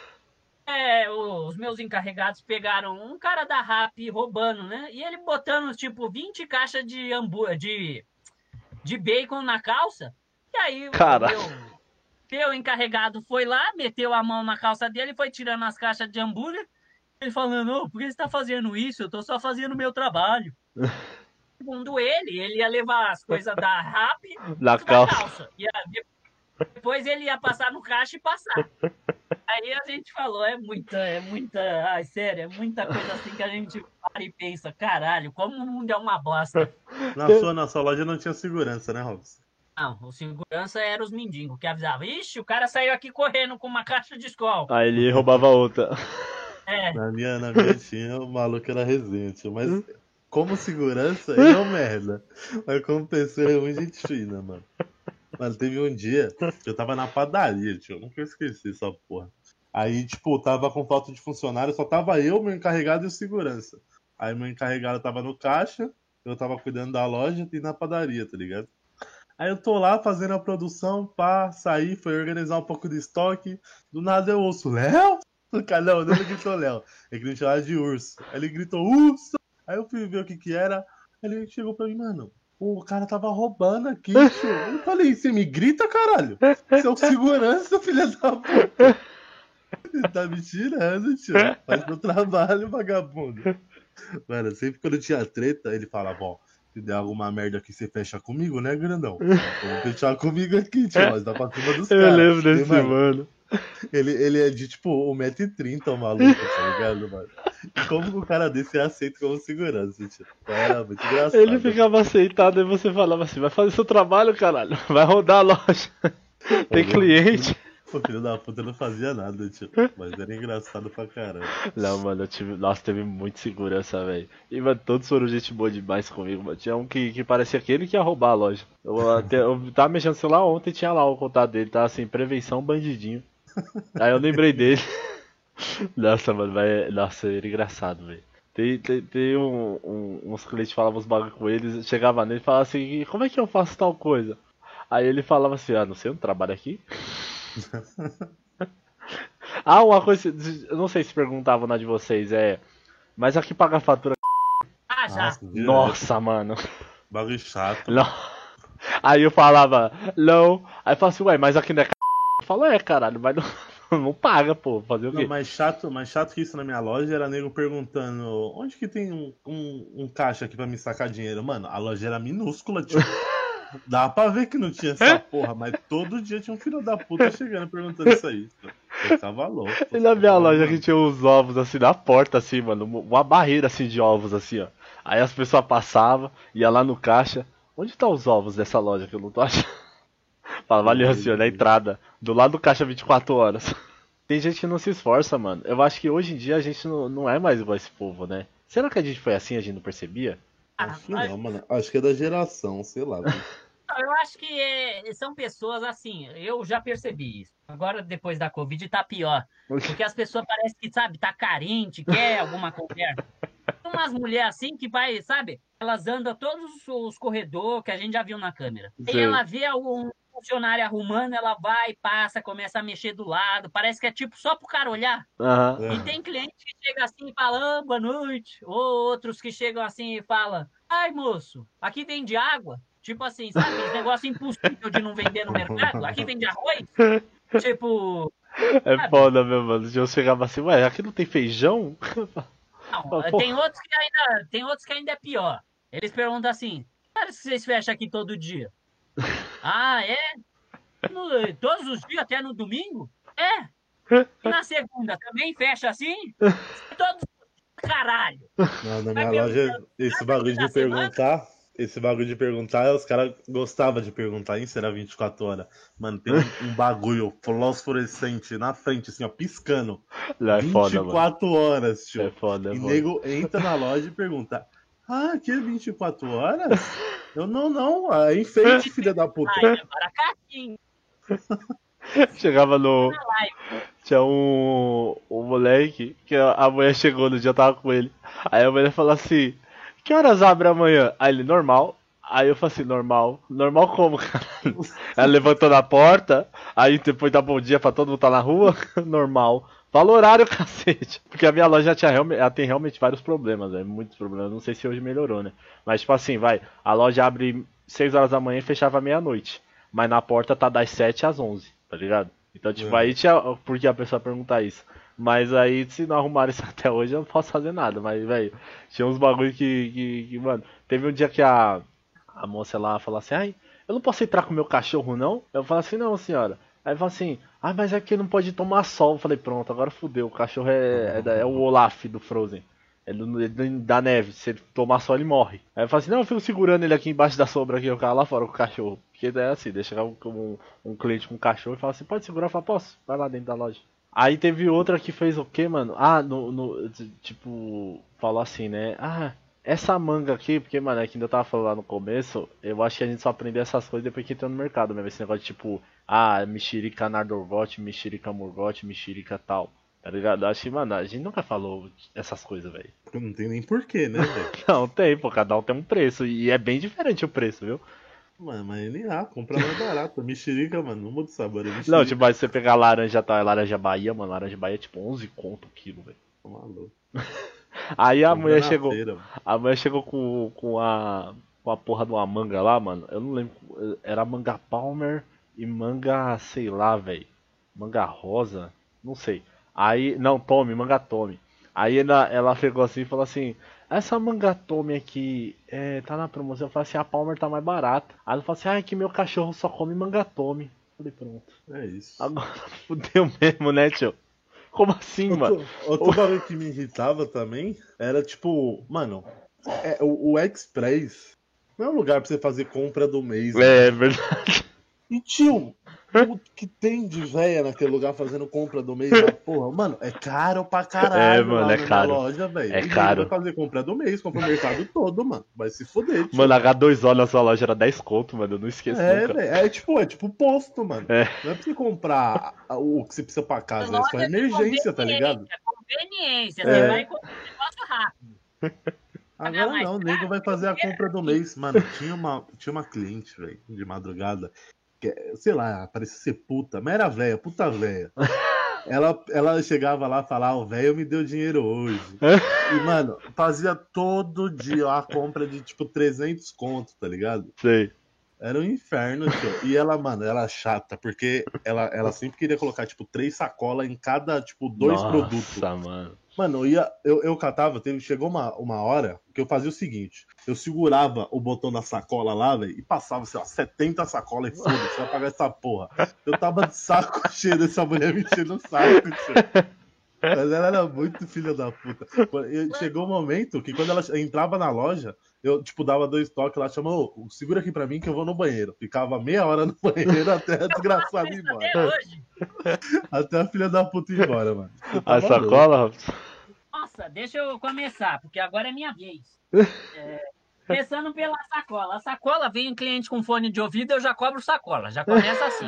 Os meus encarregados pegaram um cara da Rappi roubando, né? E ele botando, tipo, 20 caixas de de bacon na calça. E aí Cara. meu encarregado foi lá, meteu a mão na calça dele e foi tirando as caixas de hambúrguer. Ele falando, ô, por que você tá fazendo isso? Eu tô só fazendo o meu trabalho. Segundo ele ia levar as coisas da Rappi Na da calça. Depois ele ia passar no caixa e passar. Aí a gente falou, ai, sério, é muita coisa assim que a gente para e pensa, caralho, como o mundo é uma bosta. Na sua loja não tinha segurança, né, Robson? Não, o segurança era os mendigos que avisavam, ixi, o cara saiu aqui correndo com uma caixa de escola. Aí ele roubava outra. Na minha tinha, o maluco era resenha, tio. Mas como segurança, ele é um merda. Mas como pessoa, é muito gente fina, mano. Mano, teve um dia que eu tava na padaria, tio. Eu nunca esqueci essa porra. Aí, tipo, tava com falta de funcionário, só tava eu, meu encarregado e o segurança. Aí meu encarregado tava no caixa, eu tava cuidando da loja e na padaria, tá ligado? Aí eu tô lá fazendo a produção, pá, saí, foi organizar um pouco de estoque. Do nada eu ouço, Léo? Não, ele gritou Léo. Ele gritou lá de urso. Aí ele gritou urso. Aí eu fui ver o que era. Aí ele chegou pra mim, mano, o cara tava roubando aqui, tio. Eu falei, você me grita, caralho? Você é o segurança, filha da puta. Ele tá me tirando, tio. Faz meu trabalho, vagabundo. Mano, sempre quando tinha treta, ele falava, ó, se der alguma merda aqui, você fecha comigo, né, grandão? Vamos fechar comigo aqui, tio. Mas dá pra cima dos caras. Eu lembro desse, mano. Ele é de tipo 1,30m, o maluco, tá ligado, mano? E como que o cara desse é aceito como segurança, tio? Era muito engraçado. Ele ficava aceitado e você falava assim, vai fazer seu trabalho, caralho. Vai rodar a loja. Tem cliente. O filho da puta não fazia nada, tio. Mas era engraçado pra caramba. Não, mano, nossa, teve muita segurança, velho. E, mano, todos foram gente boa demais comigo, mano. Tinha um que parecia aquele que ia roubar a loja. Eu tava mexendo no celular ontem e tinha lá o contato dele, tá assim, prevenção bandidinho. Aí eu lembrei dele. Nossa, mano, nossa, era engraçado, velho. Tem uns clientes que falavam uns bagulho com eles, chegava nele e falava assim, como é que eu faço tal coisa? Aí ele falava assim, não sei, eu não trabalho aqui. Uma coisa, eu não sei se perguntavam na de vocês, mas aqui paga a fatura. Ah, já. Nossa, mano. Bagulho chato. Não. Aí eu falava, não. Aí eu falava assim, ué, mas aqui não é Eu falo, caralho, mas não paga, pô, fazer o quê? Não, mais chato que isso na minha loja era nego perguntando onde que tem um caixa aqui pra me sacar dinheiro. Mano, a loja era minúscula, tio. Dá pra ver que não tinha essa porra, mas todo dia tinha um filho da puta chegando perguntando isso aí. Eu ficava louco. E na minha loja que tinha os ovos assim na porta, assim, mano, uma barreira assim de ovos, assim, ó. Aí as pessoas passavam, ia lá no caixa. Onde tá os ovos dessa loja que eu não tô achando? Falava ali assim, ó, na entrada, do lado do caixa 24 horas. Tem gente que não se esforça, mano. Eu acho que hoje em dia a gente não é mais igual esse povo, né? Será que a gente foi assim, a gente não percebia? Acho que não, mano. Acho que é da geração, sei lá. Eu acho que são pessoas assim, eu já percebi isso. Agora, depois da Covid, tá pior. Porque as pessoas parecem que, sabe, tá carente, quer alguma conversa. Tem umas mulheres assim que vai, sabe, elas andam todos os corredores que a gente já viu na câmera. Sim. E ela vê algum funcionário arrumando, ela vai, passa, começa a mexer do lado. Parece que é tipo só pro cara olhar. Aham. E tem cliente que chega assim e fala, boa noite. Ou outros que chegam assim e falam, ai, moço, aqui vende água? Tipo assim, sabe? Esse negócio impossível de não vender no mercado. Aqui vende arroz. Tipo... É sabe? foda mesmo, mano. Eu chegava assim, ué, aqui não tem feijão? Não, tem outros que ainda é pior. Eles perguntam assim, cara, se vocês fecham aqui todo dia? Ah, é? Todos os dias, até no domingo? É. E na segunda também fecha assim? Todos caralho. Não, na minha loja, esse bagulho de perguntar, os caras gostavam de perguntar, isso era 24 horas. Mano, tem um bagulho fluorescente na frente, assim, ó, piscando. Não, é foda, mano. 24 horas, tio. É foda, E foda. nego entra na loja e pergunta, aqui é 24 horas? Eu não, é enfeite, filha da puta. Ai, agora caquinho. Chegava no... Tinha um moleque que a mulher chegou no dia, eu tava com ele. Aí a mulher falou assim, que horas abre amanhã? Aí ele, normal. Aí eu falei assim, normal. Normal como, cara? Ela levantou na porta, aí depois dá bom dia pra todo mundo tá na rua, normal. Fala o horário, cacete. Porque a minha loja ela tem realmente vários problemas, muitos problemas. Não sei se hoje melhorou, né? Mas tipo assim, a loja abre 6 horas da manhã e fechava meia-noite. Mas na porta tá das 7 às 11, tá ligado? Então, tipo, aí tinha... Por que a pessoa perguntar isso? Mas aí, se não arrumaram isso até hoje, eu não posso fazer nada. Mas, velho, tinha uns bagulho que, mano... Teve um dia que a moça lá falou assim, ai, eu não posso entrar com o meu cachorro, não? Eu falei assim, não, senhora. Aí falou assim, mas é que não pode tomar sol. Eu falei, pronto, agora fudeu. O cachorro é o Olaf do Frozen. Ele da neve, se ele tomar sol, ele morre. Aí eu falei assim, não, eu fico segurando ele aqui embaixo da sombra aqui, eu ficava lá fora com o cachorro. Porque é assim, deixa um cliente com um cachorro e fala assim, pode segurar? Eu falo, posso? Vai lá dentro da loja. Aí teve outra que fez o que, mano? Tipo, falou assim, né? Essa manga aqui, porque, mano, é que ainda eu tava falando lá no começo, eu acho que a gente só aprendeu essas coisas depois que entrou no mercado mesmo. Esse negócio de tipo, mexerica Nardorgot, mexerica Murgot, mexerica tal. Tá ligado? Eu acho que, mano, a gente nunca falou essas coisas, velho. Não tem nem porquê, né, velho? Não, tem, pô, cada um tem um preço. E é bem diferente o preço, viu? Mano, mas NA, compra mais barato. Mexerica, mano, não muda o sabor. Não, tipo, mas se você pegar a laranja, tá? Laranja Bahia, mano, laranja Bahia é tipo 11 conto o quilo, velho. Tô maluco. Aí a mulher na chegou. feira, A mulher chegou com a porra de uma manga lá, mano. Eu não lembro. Era manga Palmer e manga, sei lá, velho. Manga rosa? Não sei. Aí. Não, manga Tommy. Aí ela pegou assim e falou assim: essa manga Tommy aqui tá na promoção. Eu falei assim: a Palmer tá mais barata. Aí ela falou assim: que meu cachorro só come manga Tommy. Eu falei: pronto. É isso. Agora fudeu mesmo, né, tio? Como assim, mano? Outro bagulho que me irritava também era tipo, mano, o Express não é um lugar pra você fazer compra do mês. É verdade. E tio, o que tem de véia naquele lugar fazendo compra do mês? Porra, mano, é caro pra caralho. Mano, lá é na caro. Loja, velho. É caro. Vai fazer compra do mês, compra o mercado todo, mano. Vai se foder, tio. Mano, H2O na sua loja era 10 conto, mano. Eu não esqueço nunca. Velho. É tipo posto, mano. Não é pra você comprar o que você precisa pra casa, é só emergência, tá ligado? É conveniência, você vai comprar um negócio rápido. Agora não, o nego vai fazer a compra do mês. Mano, tinha uma cliente, velho, de madrugada, que, sei lá, parecia ser puta, mas era velha, puta velha. Ela chegava lá e falava, o velho me deu dinheiro hoje. E, mano, fazia todo dia a compra de, tipo, 300 conto, tá ligado? Sei. Era um inferno, tio. E ela, mano, era chata, porque ela sempre queria colocar, tipo, 3 sacolas em cada, tipo, 2 produtos. Nossa, mano. Mano, eu catava, chegou uma hora que eu fazia o seguinte: eu segurava o botão da sacola lá, velho, e passava, sei lá, 70 sacolas e foda-se, vai pagar essa porra. Eu tava de saco cheio dessa mulher me enchendo o saco, tio. Mas ela era muito filha da puta. Chegou um momento que quando ela entrava na loja, eu, tipo, dava 2 toques lá, chamou, segura aqui pra mim que eu vou no banheiro. Ficava meia hora no banheiro até a desgraçada ir embora. Até a filha da puta ir embora, mano. A sacola, Robson? Nossa, deixa eu começar, porque agora é minha vez. Começando pela sacola. A sacola, vem um cliente com fone de ouvido, eu já cobro sacola. Já começa assim.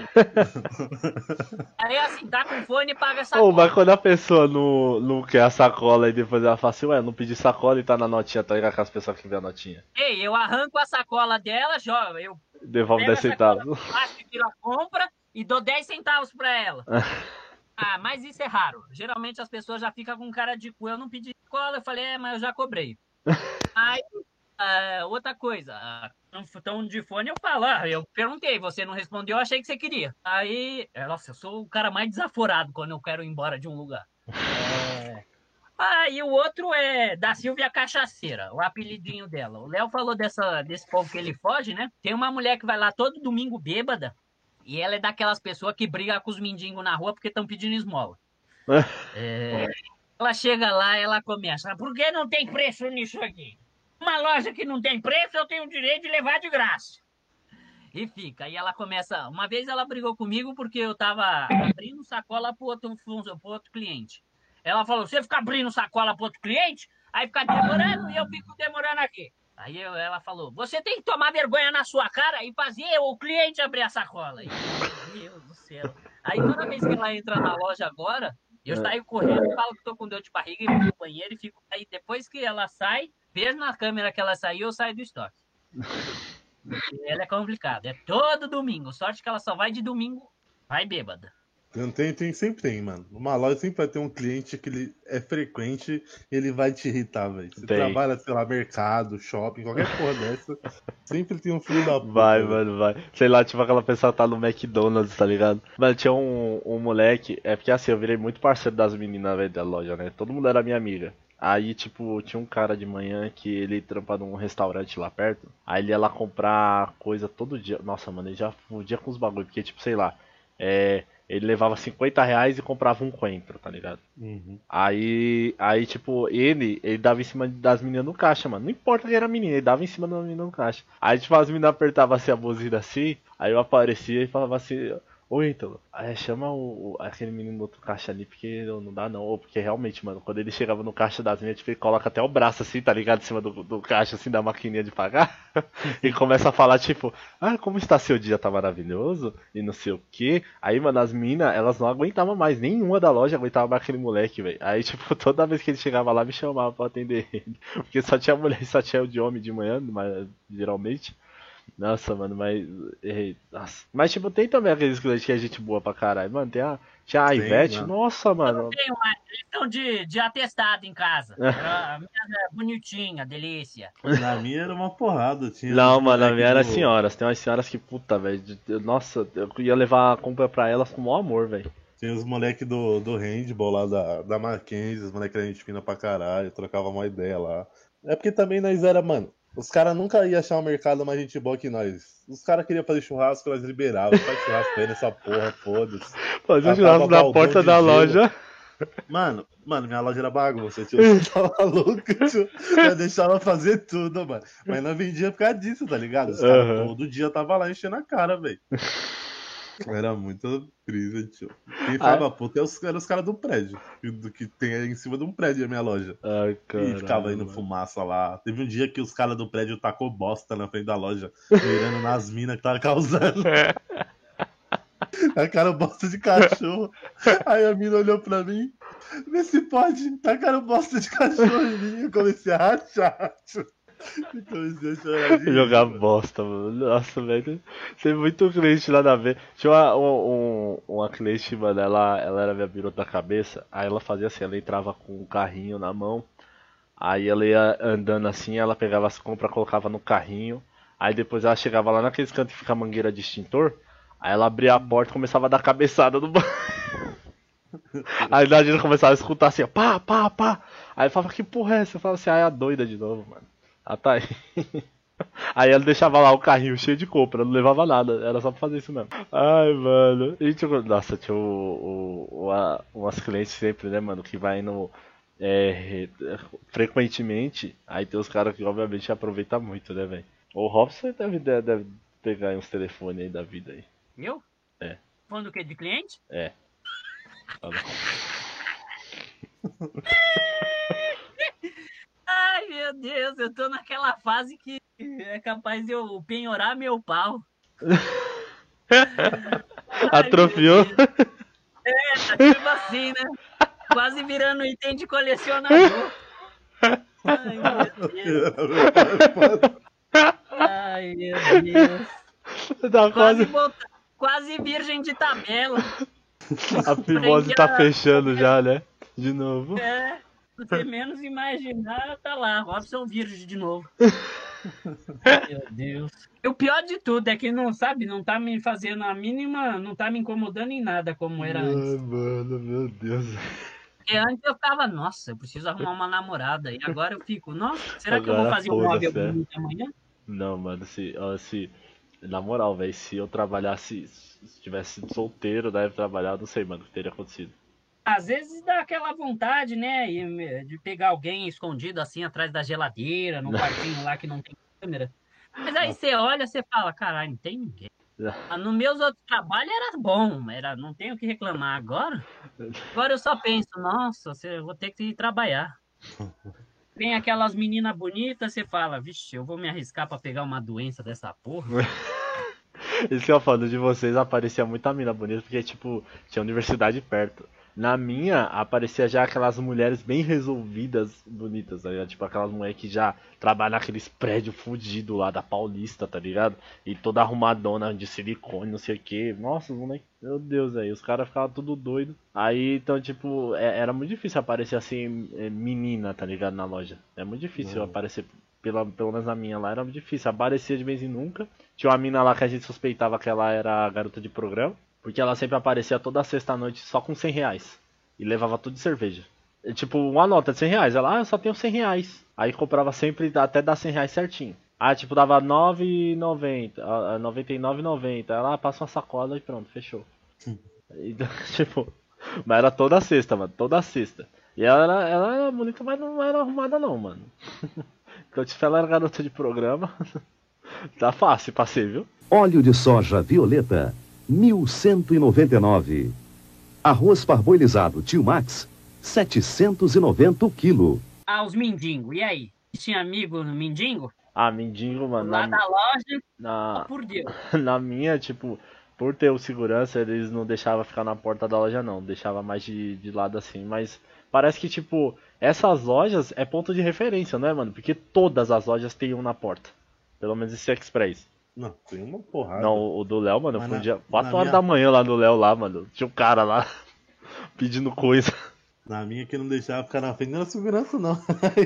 Aí assim, tá com fone e paga sacola. Mas quando a pessoa não quer a sacola e depois ela fala assim, não pedi sacola e tá na notinha, tá ligado com as pessoas que vê a notinha. Ei, eu arranco a sacola dela, eu devolvo 10 centavos. Acho que tiro a compra e dou 10 centavos pra ela. Mas isso é raro. Geralmente as pessoas já ficam com cara de cu. Eu não pedi sacola, eu falei, mas eu já cobrei. Aí, outra coisa, então de fone eu falo, eu perguntei, você não respondeu, eu achei que você queria. Aí, nossa, eu sou o cara mais desaforado quando eu quero ir embora de um lugar. E o outro é da Silvia Cachaceira, o apelidinho dela. O Léo falou desse povo que ele foge, né? Tem uma mulher que vai lá todo domingo bêbada, e ela é daquelas pessoas que brigam com os mendigos na rua porque estão pedindo esmola. Ela chega lá e ela começa, por que não tem preço nisso aqui? Uma loja que não tem preço, eu tenho o direito de levar de graça. E fica. Aí ela começa... Uma vez ela brigou comigo porque eu tava abrindo sacola pro outro cliente. Ela falou, você fica abrindo sacola pro outro cliente, aí fica demorando e eu fico demorando aqui. Aí ela falou, você tem que tomar vergonha na sua cara e fazer o cliente abrir a sacola. E, meu Deus do céu. Aí toda vez que ela entra na loja agora, eu saio correndo, falo que tô com dor de barriga e vou no banheiro e fico. Aí depois que ela sai, vejo na câmera que ela saiu, eu saio do estoque. Porque ela é complicada. É todo domingo. Sorte que ela só vai de domingo, vai bêbada. Sempre tem, mano. Uma loja sempre vai ter um cliente que ele é frequente e ele vai te irritar, velho. Você Tem. trabalha, sei lá, mercado, shopping, qualquer porra dessa, sempre tem um filho da puta. Vai, velho. mano, vai. Sei lá, tipo aquela pessoa que tá no McDonald's, tá ligado? Mano, tinha um moleque. É porque assim, eu virei muito parceiro das meninas, velho, da loja, né? Todo mundo era minha amiga. Aí, tipo, tinha um cara de manhã que ele trampa num restaurante lá perto. Aí ele ia lá comprar coisa todo dia. Nossa, mano, ele já fudia com os bagulho. Porque, tipo, sei lá, ele levava R$ 50 e comprava um coentro, tá ligado? Uhum. Aí, tipo, ele dava em cima das meninas no caixa, mano. Não importa quem era menina, ele dava em cima das meninas no caixa. Aí, tipo, as meninas apertavam assim a buzina assim, aí eu aparecia e falava assim, ô Ítalo, chama aquele menino do outro caixa ali, porque não dá não. Ou porque realmente, mano, quando ele chegava no caixa das meninas, tipo, ele coloca até o braço assim, tá ligado? Em cima do caixa, assim, da maquininha de pagar. E começa a falar, tipo, como está seu dia, tá maravilhoso? E não sei o que. Aí, mano, as minas, elas não aguentavam mais. Nenhuma da loja aguentava mais aquele moleque, velho. Aí, tipo, toda vez que ele chegava lá, me chamava pra atender ele. Porque só tinha mulher, só tinha o de homem de manhã, mas, geralmente. Nossa, mano, nossa. Mas, tipo, tem também aqueles clientes que é gente boa pra caralho. Mano, tinha a Tem, Ivete. mano. Nossa, Eu mano. não tenho mais, eles estão de atestado em casa. A minha é bonitinha, delícia. Na minha era uma porrada. Tinha Não, uns mano, a moleque minha era do- senhoras. Tem umas senhoras que, puta, velho. Nossa, eu ia levar a compra pra elas com o maior amor, velho. Tinha os moleque do handball lá da Mackenzie, os moleque da gente fina pra caralho, trocava uma ideia lá. É porque também nós era, mano, os caras nunca iam achar um mercado mais gente boa que nós. Os caras queriam fazer churrasco, nós liberavam. Faz churrasco aí nessa porra, foda-se. Fazer Catava churrasco na baldão porta de da gelo. loja. Mano, minha loja era bagunça, tio. Você tava louco, tio. Eu deixava fazer tudo, mano. Mas não vendia por causa disso, tá ligado? Os caras Aham. todo dia tava lá enchendo a cara, velho. Era muito brisa, tio. Quem Ah, falava puta eram os caras do prédio. Do que tem aí em cima de um prédio a minha loja. Ai, E caralho. ficava indo mano. fumaça lá. Teve um dia que os caras do prédio tacou bosta na frente da loja, mirando nas minas que tava causando. Tacaram bosta de cachorro. Aí a mina olhou pra mim. Vê se pode. Tacaram bosta de cachorro em mim. Eu comecei a rachar. Eu comecei a chorar de rir, Jogar mano. bosta, mano. Nossa, velho. Tem muito cliente lá na vez. Tinha uma cliente, mano, ela era minha birota da cabeça. Aí ela fazia assim, ela entrava com um carrinho na mão. Aí ela ia andando assim, ela pegava as compras, colocava no carrinho. Aí depois ela chegava lá naqueles cantos que fica a mangueira de extintor. Aí ela abria a porta e começava a dar cabeçada no banco. Aí a gente começava a escutar assim, ó, pá, pá, pá. Aí eu falava, que porra é essa? Eu falava assim, é a doida de novo, mano. Ah, tá aí. Aí ela deixava lá o carrinho cheio de compra, não levava nada, era só pra fazer isso mesmo. Ai, mano. E tipo, nossa, tinha umas clientes sempre, né, mano, que vai no. Frequentemente, aí tem os caras que obviamente aproveitam muito, né, velho? O Robson deve pegar aí uns telefones aí da vida aí. Eu? É. Falando o quê? De cliente? É. Fala. Ai, meu Deus, eu tô naquela fase que é capaz de eu penhorar meu pau. Ai, Atrofiou? meu Deus. Tá tipo assim, né? Quase virando item de colecionador. Ai, meu Deus. Ai, meu Deus. Tá quase. Quase virgem de tabela. A fimose tá fechando já, né? De novo. É, você menos imaginar, tá lá, Robson virgem de novo. Meu Deus. E o pior de tudo é que não sabe, não tá me fazendo a mínima, não tá me incomodando em nada como era antes. Ai, mano, meu Deus. Porque antes eu ficava, nossa, eu preciso arrumar uma namorada. E agora eu fico, nossa, será que eu vou Agora fazer um móvel foda-se, é. bonito amanhã? Não, mano, na moral, velho, se eu trabalhasse, se tivesse solteiro, deve trabalhar, não sei, mano, o que teria acontecido. Às vezes dá aquela vontade, né, de pegar alguém escondido assim atrás da geladeira, num quartinho lá que não tem câmera. Mas aí você olha, você fala, caralho, não tem ninguém. Nos meus outros trabalhos era bom, não tenho o que reclamar. Agora eu só penso, nossa, eu vou ter que ir trabalhar. Vem aquelas meninas bonitas, você fala, vixe, eu vou me arriscar pra pegar uma doença dessa porra. Isso que eu falo de vocês, aparecia muita mina bonita, porque, tipo, tinha universidade perto. Na minha, aparecia já aquelas mulheres bem resolvidas, bonitas, tá ligado? Tipo, aquelas mulheres que já trabalham naqueles prédios fudidos lá da Paulista, tá ligado? E toda arrumadona de silicone, não sei o que. Nossa, os moleques, meu Deus, aí os caras ficavam tudo doido. Aí, então, tipo, era muito difícil aparecer assim, menina, tá ligado? Na loja. É muito difícil aparecer, pelo menos na minha lá, era muito difícil. Aparecia de vez em nunca. Tinha uma mina lá que a gente suspeitava que ela era a garota de programa. Porque ela sempre aparecia toda sexta-noite só com 100 reais. E levava tudo de cerveja. Tipo, uma nota de 100 reais. Ela, eu só tenho 100 reais. Aí comprava sempre até dar 100 reais certinho. Aí, tipo, dava 9,90, 99,90. Ela passa uma sacola e pronto, fechou. Então, tipo, mas era toda sexta, mano. Toda sexta. E ela era bonita, mas não era arrumada não, mano. Então, tipo, ela era garota de programa. Tá fácil pra ser, viu? Óleo de soja violeta, 1.199. Arroz parboilizado Tio Max, 790 o quilo. Ah, os mendigos, e aí? Tinha amigo no mendigo? Ah, mendigo, mano. Lá da loja, na, por Deus. na minha, tipo, por ter o segurança, eles não deixavam ficar na porta da loja, não. Deixava mais de lado assim. Mas parece que, tipo, essas lojas é ponto de referência, não é, mano? Porque todas as lojas têm um na porta. Pelo menos esse Express. Não, tem uma porrada. Não, o do Léo, mano, Mas foi um na- dia 4 na horas minha- da manhã lá no Léo lá, mano. Tinha um cara lá pedindo coisa. Na minha que não deixava ficar na frente não era segurança, não.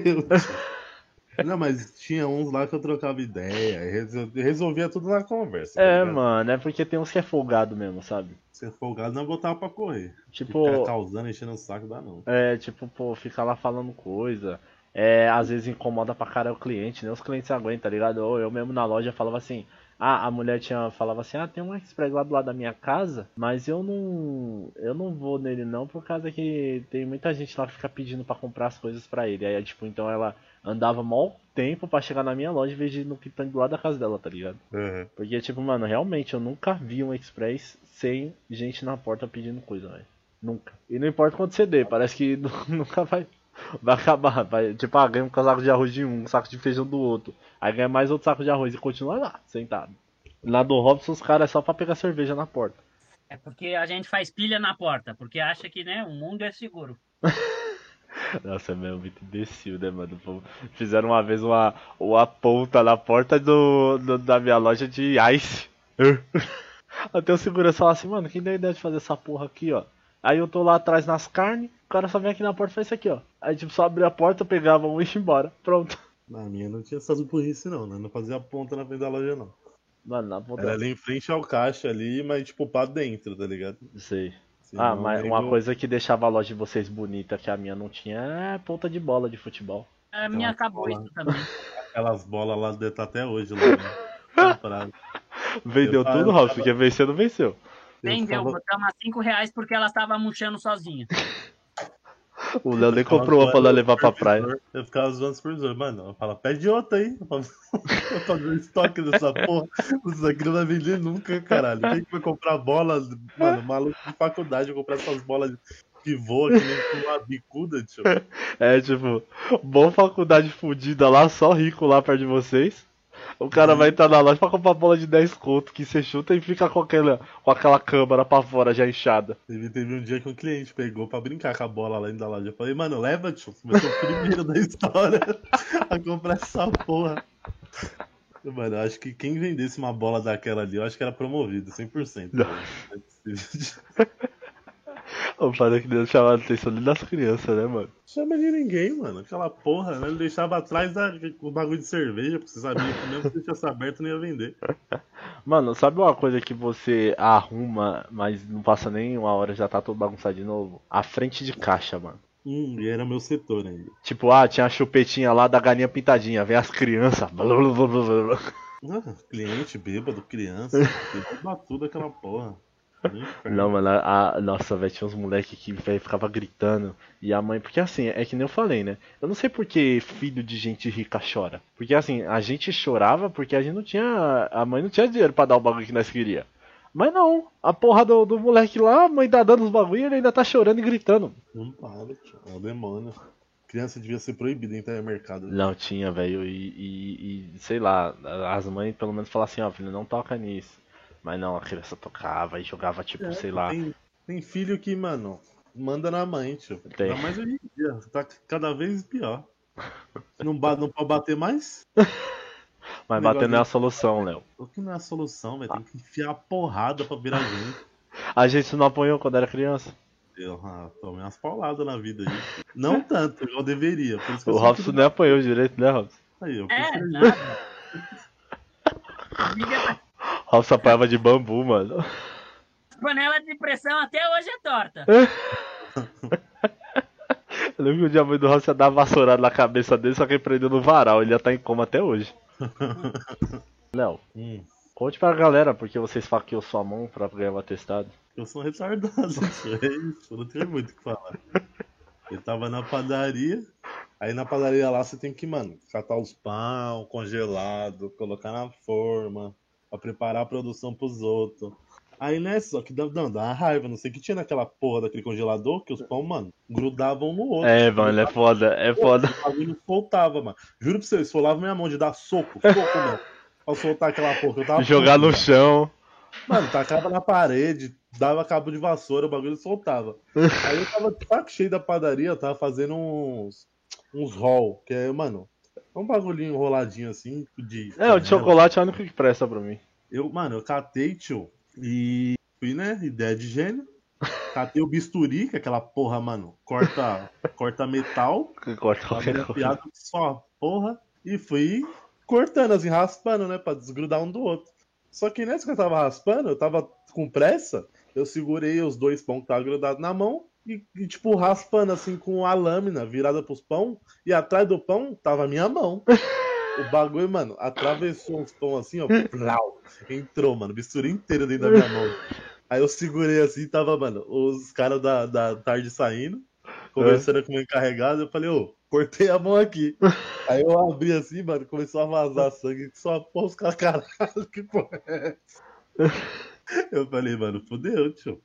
Não, mas tinha uns lá que eu trocava ideia, resolvia tudo na conversa. tá É, ligado? mano, é porque tem uns que é folgado mesmo, sabe? Se é folgado, não botava pra correr. Tipo, Ficar causando, enchendo o saco, dá não. tipo, pô, fica lá falando coisa. Às vezes incomoda pra caralho o cliente, nem os clientes aguentam, tá ligado? Ou eu mesmo na loja falava assim, a mulher falava assim, tem um Express lá do lado da minha casa, mas eu não vou nele não, por causa que tem muita gente lá que fica pedindo pra comprar as coisas pra ele. Aí, tipo, então ela andava mó tempo pra chegar na minha loja em vez de ir no que tá do lado da casa dela, tá ligado? Uhum. Porque, tipo, mano, realmente eu nunca vi um Express sem gente na porta pedindo coisa, velho. Nunca. E não importa quanto você dê, parece que nunca vai acabar. Tipo, ganha um casaco de arroz de um saco de feijão do outro. Aí ganha mais outro saco de arroz e continua lá, sentado. Lá do Robson, os caras é só pra pegar cerveja na porta. É porque a gente faz pilha na porta, porque acha que, né, o mundo é seguro. Nossa, é mesmo muito imbecil, né, mano? Pô, fizeram uma vez uma ponta na porta da minha loja de ice. Até o segurança fala assim, mano, quem deu a ideia de fazer essa porra aqui, ó? Aí eu tô lá atrás nas carnes, o cara só vem aqui na porta e faz isso aqui, ó. Aí tipo, só abria a porta, pegava um e ia embora. Pronto. Na minha não tinha essas burrice não, né? Não fazia ponta na frente da loja, não. Mano, na ponta. Era ali em frente ao caixa ali, mas tipo pra dentro, tá ligado? Sei. Senão, Mas nego- uma coisa que deixava a loja de vocês bonita que a minha não tinha é ponta de bola de futebol. A minha acabou bola. isso também. Aquelas bolas lá deve estar até hoje lá, né? Comprado. Vendeu Eu tudo, tava- Robson, porque venceu não venceu. Vendeu, ficava- botamos a R$5 porque ela estava murchando sozinha. O Léo nem eu ficava comprou uma pra zoando levar o pra praia. supervisor, Eu ficava zoando o supervisor, mano. Eu falo, pede outra aí. Eu fazer o estoque dessa porra. Isso aqui não vai vender nunca, caralho. Quem que vai comprar bola? Mano, maluco de faculdade vai comprar essas bolas que voam que nem uma bicuda, tio. Tipo, bom faculdade fudida lá, só rico lá perto de vocês. O cara vai entrar na loja pra comprar bola de 10 conto que você chuta e fica com aquela câmara pra fora já inchada. Teve um dia que um cliente pegou pra brincar com a bola lá dentro da loja. Eu falei, mano, leva, tio. Você vai ser o primeiro da história a comprar essa porra. Mano, eu acho que quem vendesse uma bola daquela ali, eu acho que era promovido, 100%. Não. Eu falei que Deus chamava a atenção nem das crianças, né, mano? Chama de ninguém, mano. Aquela porra, né? Ele deixava atrás o bagulho de cerveja, porque você sabia que mesmo se deixasse aberto não ia vender. Mano, sabe uma coisa que você arruma, mas não passa nem uma hora já tá todo bagunçado de novo? A frente de caixa, mano. E era meu setor ainda. Tipo, tinha a chupetinha lá da galinha pintadinha, vem as crianças. Cliente, bêbado, criança. Bêbado tudo aquela porra. Não, mano, nossa, velho, tinha uns moleque que véio, ficava gritando. E a mãe, porque assim, é que nem eu falei, né? Eu não sei por que filho de gente rica chora. Porque assim, a gente chorava porque a gente não tinha. A mãe não tinha dinheiro pra dar o bagulho que nós queria. Mas não, a porra do moleque lá, a mãe tá dando os bagulho e ele ainda tá chorando e gritando. Não para, tio. É o demônio. criança devia ser proibida em entrar no mercado. Não tinha, velho. E sei lá, as mães pelo menos falavam assim, ó, filho, não toca nisso. Mas não, a criança tocava e jogava, tipo, sei lá. Tem filho que, mano, manda na mãe, tio. Tem. Ainda mais hoje em dia. Tá cada vez pior. Não pode bater mais? Mas bater não é a solução, Léo. O que não é a solução, velho? Tem que enfiar a porrada pra virar gente. A gente não apanhou quando era criança. Eu tomei umas pauladas na vida aí. Não tanto, igual deveria. Por isso que O eu Robson sempre- nem apanhou direito, né, Robson? Aí, eu Nada. Amiga, Robson apanhava de bambu, mano. panela de pressão até hoje é torta. Eu lembro que o dia a mãe do Robson ia dar uma vassourada na cabeça dele, só que ele prendeu no varal. Ele ia estar em coma até hoje. Léo, conte pra galera porque você esfaqueou sua mão pra ganhar o atestado. Eu sou retardado, tio. É isso, eu não tenho muito o que falar. Eu tava na padaria, aí na padaria lá você tem que, mano, catar os pão congelado, colocar na forma, pra preparar a produção pros outros. Aí nessa, só que dá uma raiva, não sei o que tinha naquela porra daquele congelador, que os pão, mano, grudavam no outro. É, mano, é foda, é foda. O bagulho soltava, mano. Juro pra você, eu esfolava minha mão de dar soco, mano. Pra soltar aquela porra que eu tava. Jogar no chão. Mano, tacava na parede, dava cabo de vassoura, o bagulho soltava. Aí eu tava de saco cheio da padaria, eu tava fazendo uns roll, que é, mano, é um bagulhinho enroladinho assim, de. É, o de chocolate é o único que presta pra mim. Mano, eu catei, tio, e fui, né, ideia de gênio. Catei o bisturi, que é aquela porra, mano, corta metal, Que corta qualquer coisa. afiado só, porra, e fui cortando, assim, raspando, né, pra desgrudar um do outro. Só que nessa que eu tava raspando, eu tava com pressa, eu segurei os dois pão que estavam grudados na mão e, tipo, raspando assim com a lâmina virada pros pão, e atrás do pão tava a minha mão. O bagulho, mano, atravessou os pão assim, ó, plau, entrou, mano, mistura inteira dentro da minha mão. Aí eu segurei assim, tava, mano, os caras da tarde saindo, conversando com o meu encarregado, eu falei, ô, cortei a mão aqui. Aí eu abri assim, mano, começou a vazar sangue, só porra, os caras, caralho, que porra é essa? Eu falei, mano, fudeu, tio.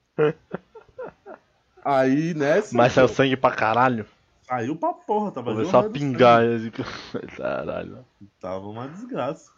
Aí, nessa... Mas saiu sangue pra caralho. Saiu pra porra, tava Começou a jorrando pingar. sangue. Caralho. Tava uma desgraça.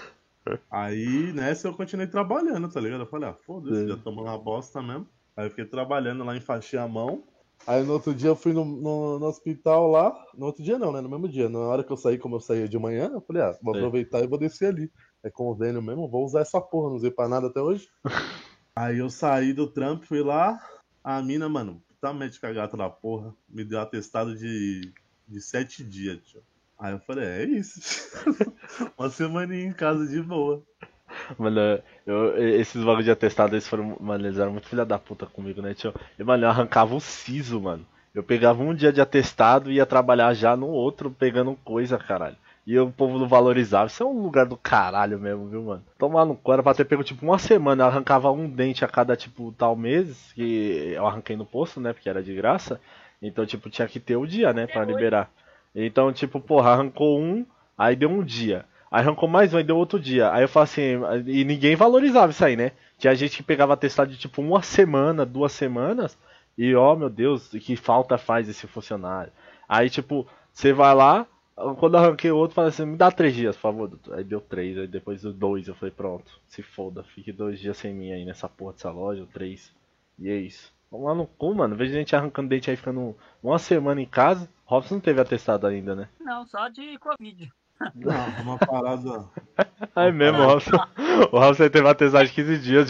Aí, nessa, eu continuei trabalhando, tá ligado? Eu falei, foda-se, já tamo na bosta mesmo. Aí eu fiquei trabalhando lá, enfaixei a mão. Aí no outro dia eu fui no hospital lá. No outro dia não, né? No mesmo dia. Na hora que eu saí, como eu saía de manhã, eu falei, vou aproveitar e vou descer ali. É convênio mesmo, vou usar essa porra, não usei pra nada até hoje. Aí eu saí do trampo, fui lá. A mina, mano, tá médica gata da porra, me deu atestado de 7 dias, tio. Aí eu falei, é isso. Uma semaninha em casa de boa. Mano, esses bagulho de atestado, eles foram. Mano, eles eram muito filha da puta comigo, né, tio? E, mano, eu arrancava o siso, mano. Eu pegava um dia de atestado e ia trabalhar já no outro, pegando coisa, caralho. E o povo não valorizava. Isso é um lugar do caralho mesmo, viu, mano? Tomar no cu, era pra ter pego, tipo, uma semana. Eu arrancava um dente a cada, tipo, tal mês. Que eu arranquei no posto, né? Porque era de graça. Então, tipo, tinha que ter o dia, né? Pra liberar. Então, tipo, porra, arrancou um, aí deu um dia. Aí arrancou mais um, aí deu outro dia. Aí eu falo assim, e ninguém valorizava isso aí, né? Tinha gente que pegava atestado de, tipo, uma semana, 2 semanas. E, ó, meu Deus, que falta faz esse funcionário. Aí, tipo, você vai lá. Quando eu arranquei o outro, falei assim, me dá 3 dias, por favor, doutor. Aí deu 3, aí depois do 2 eu falei, pronto, se foda, fique 2 dias sem mim aí nessa porra dessa loja, 3. E é isso. Vamos lá no cu, mano. Vejo gente arrancando dente aí, ficando uma semana em casa. Robson não teve atestado ainda, né? Não, só de Covid. Não, uma parada. Aí mesmo, o Robson teve atestado de 15 dias.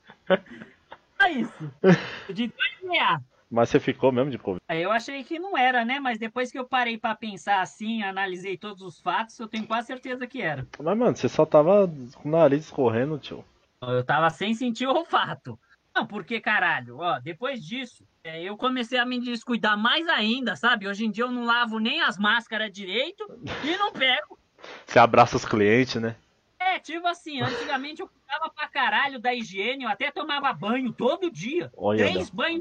É isso. De 2 reais. Mas você ficou mesmo de Covid? Eu achei que não era, né? Mas depois que eu parei pra pensar assim, analisei todos os fatos, eu tenho quase certeza que era. Mas, mano, você só tava com o nariz escorrendo, tio. Eu tava sem sentir o olfato. Não, porque, caralho, ó, depois disso, eu comecei a me descuidar mais ainda, sabe? Hoje em dia eu não lavo nem as máscaras direito e não pego. Você abraça os clientes, né? Tipo assim, antigamente eu cuidava pra caralho da higiene, eu até tomava banho todo dia. Olha, 3 banhos.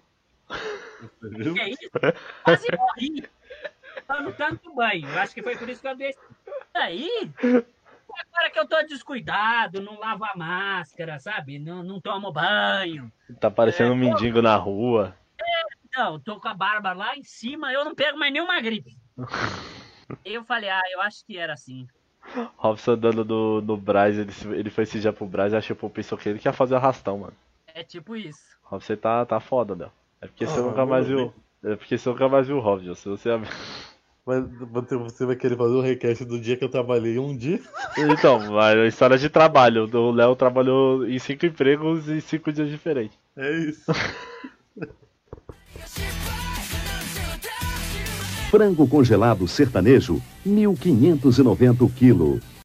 Que é isso? Quase morri. Tanto banho. Eu acho que foi por isso que eu adoeci. Aí, agora que eu tô descuidado, não lavo a máscara, sabe? Não tomo banho. Tá parecendo um mendigo na rua. Não, tô com a barba lá em cima, eu não pego mais nenhuma gripe. Eu falei, eu acho que era assim. Robson andando no Braz, ele foi esse dia pro Braz e achou, pensou que ele que ia fazer arrastão, mano. É tipo isso. Robson tá foda, Léo. É porque você nunca mano, mais viu. É porque você nunca mais viu o Robson. Se você... Mas você vai querer fazer um request do dia que eu trabalhei um dia? Então, mas a história de trabalho. O Léo trabalhou em 5 empregos em 5 dias diferentes. É isso. Frango congelado sertanejo, 1.590 o quilo.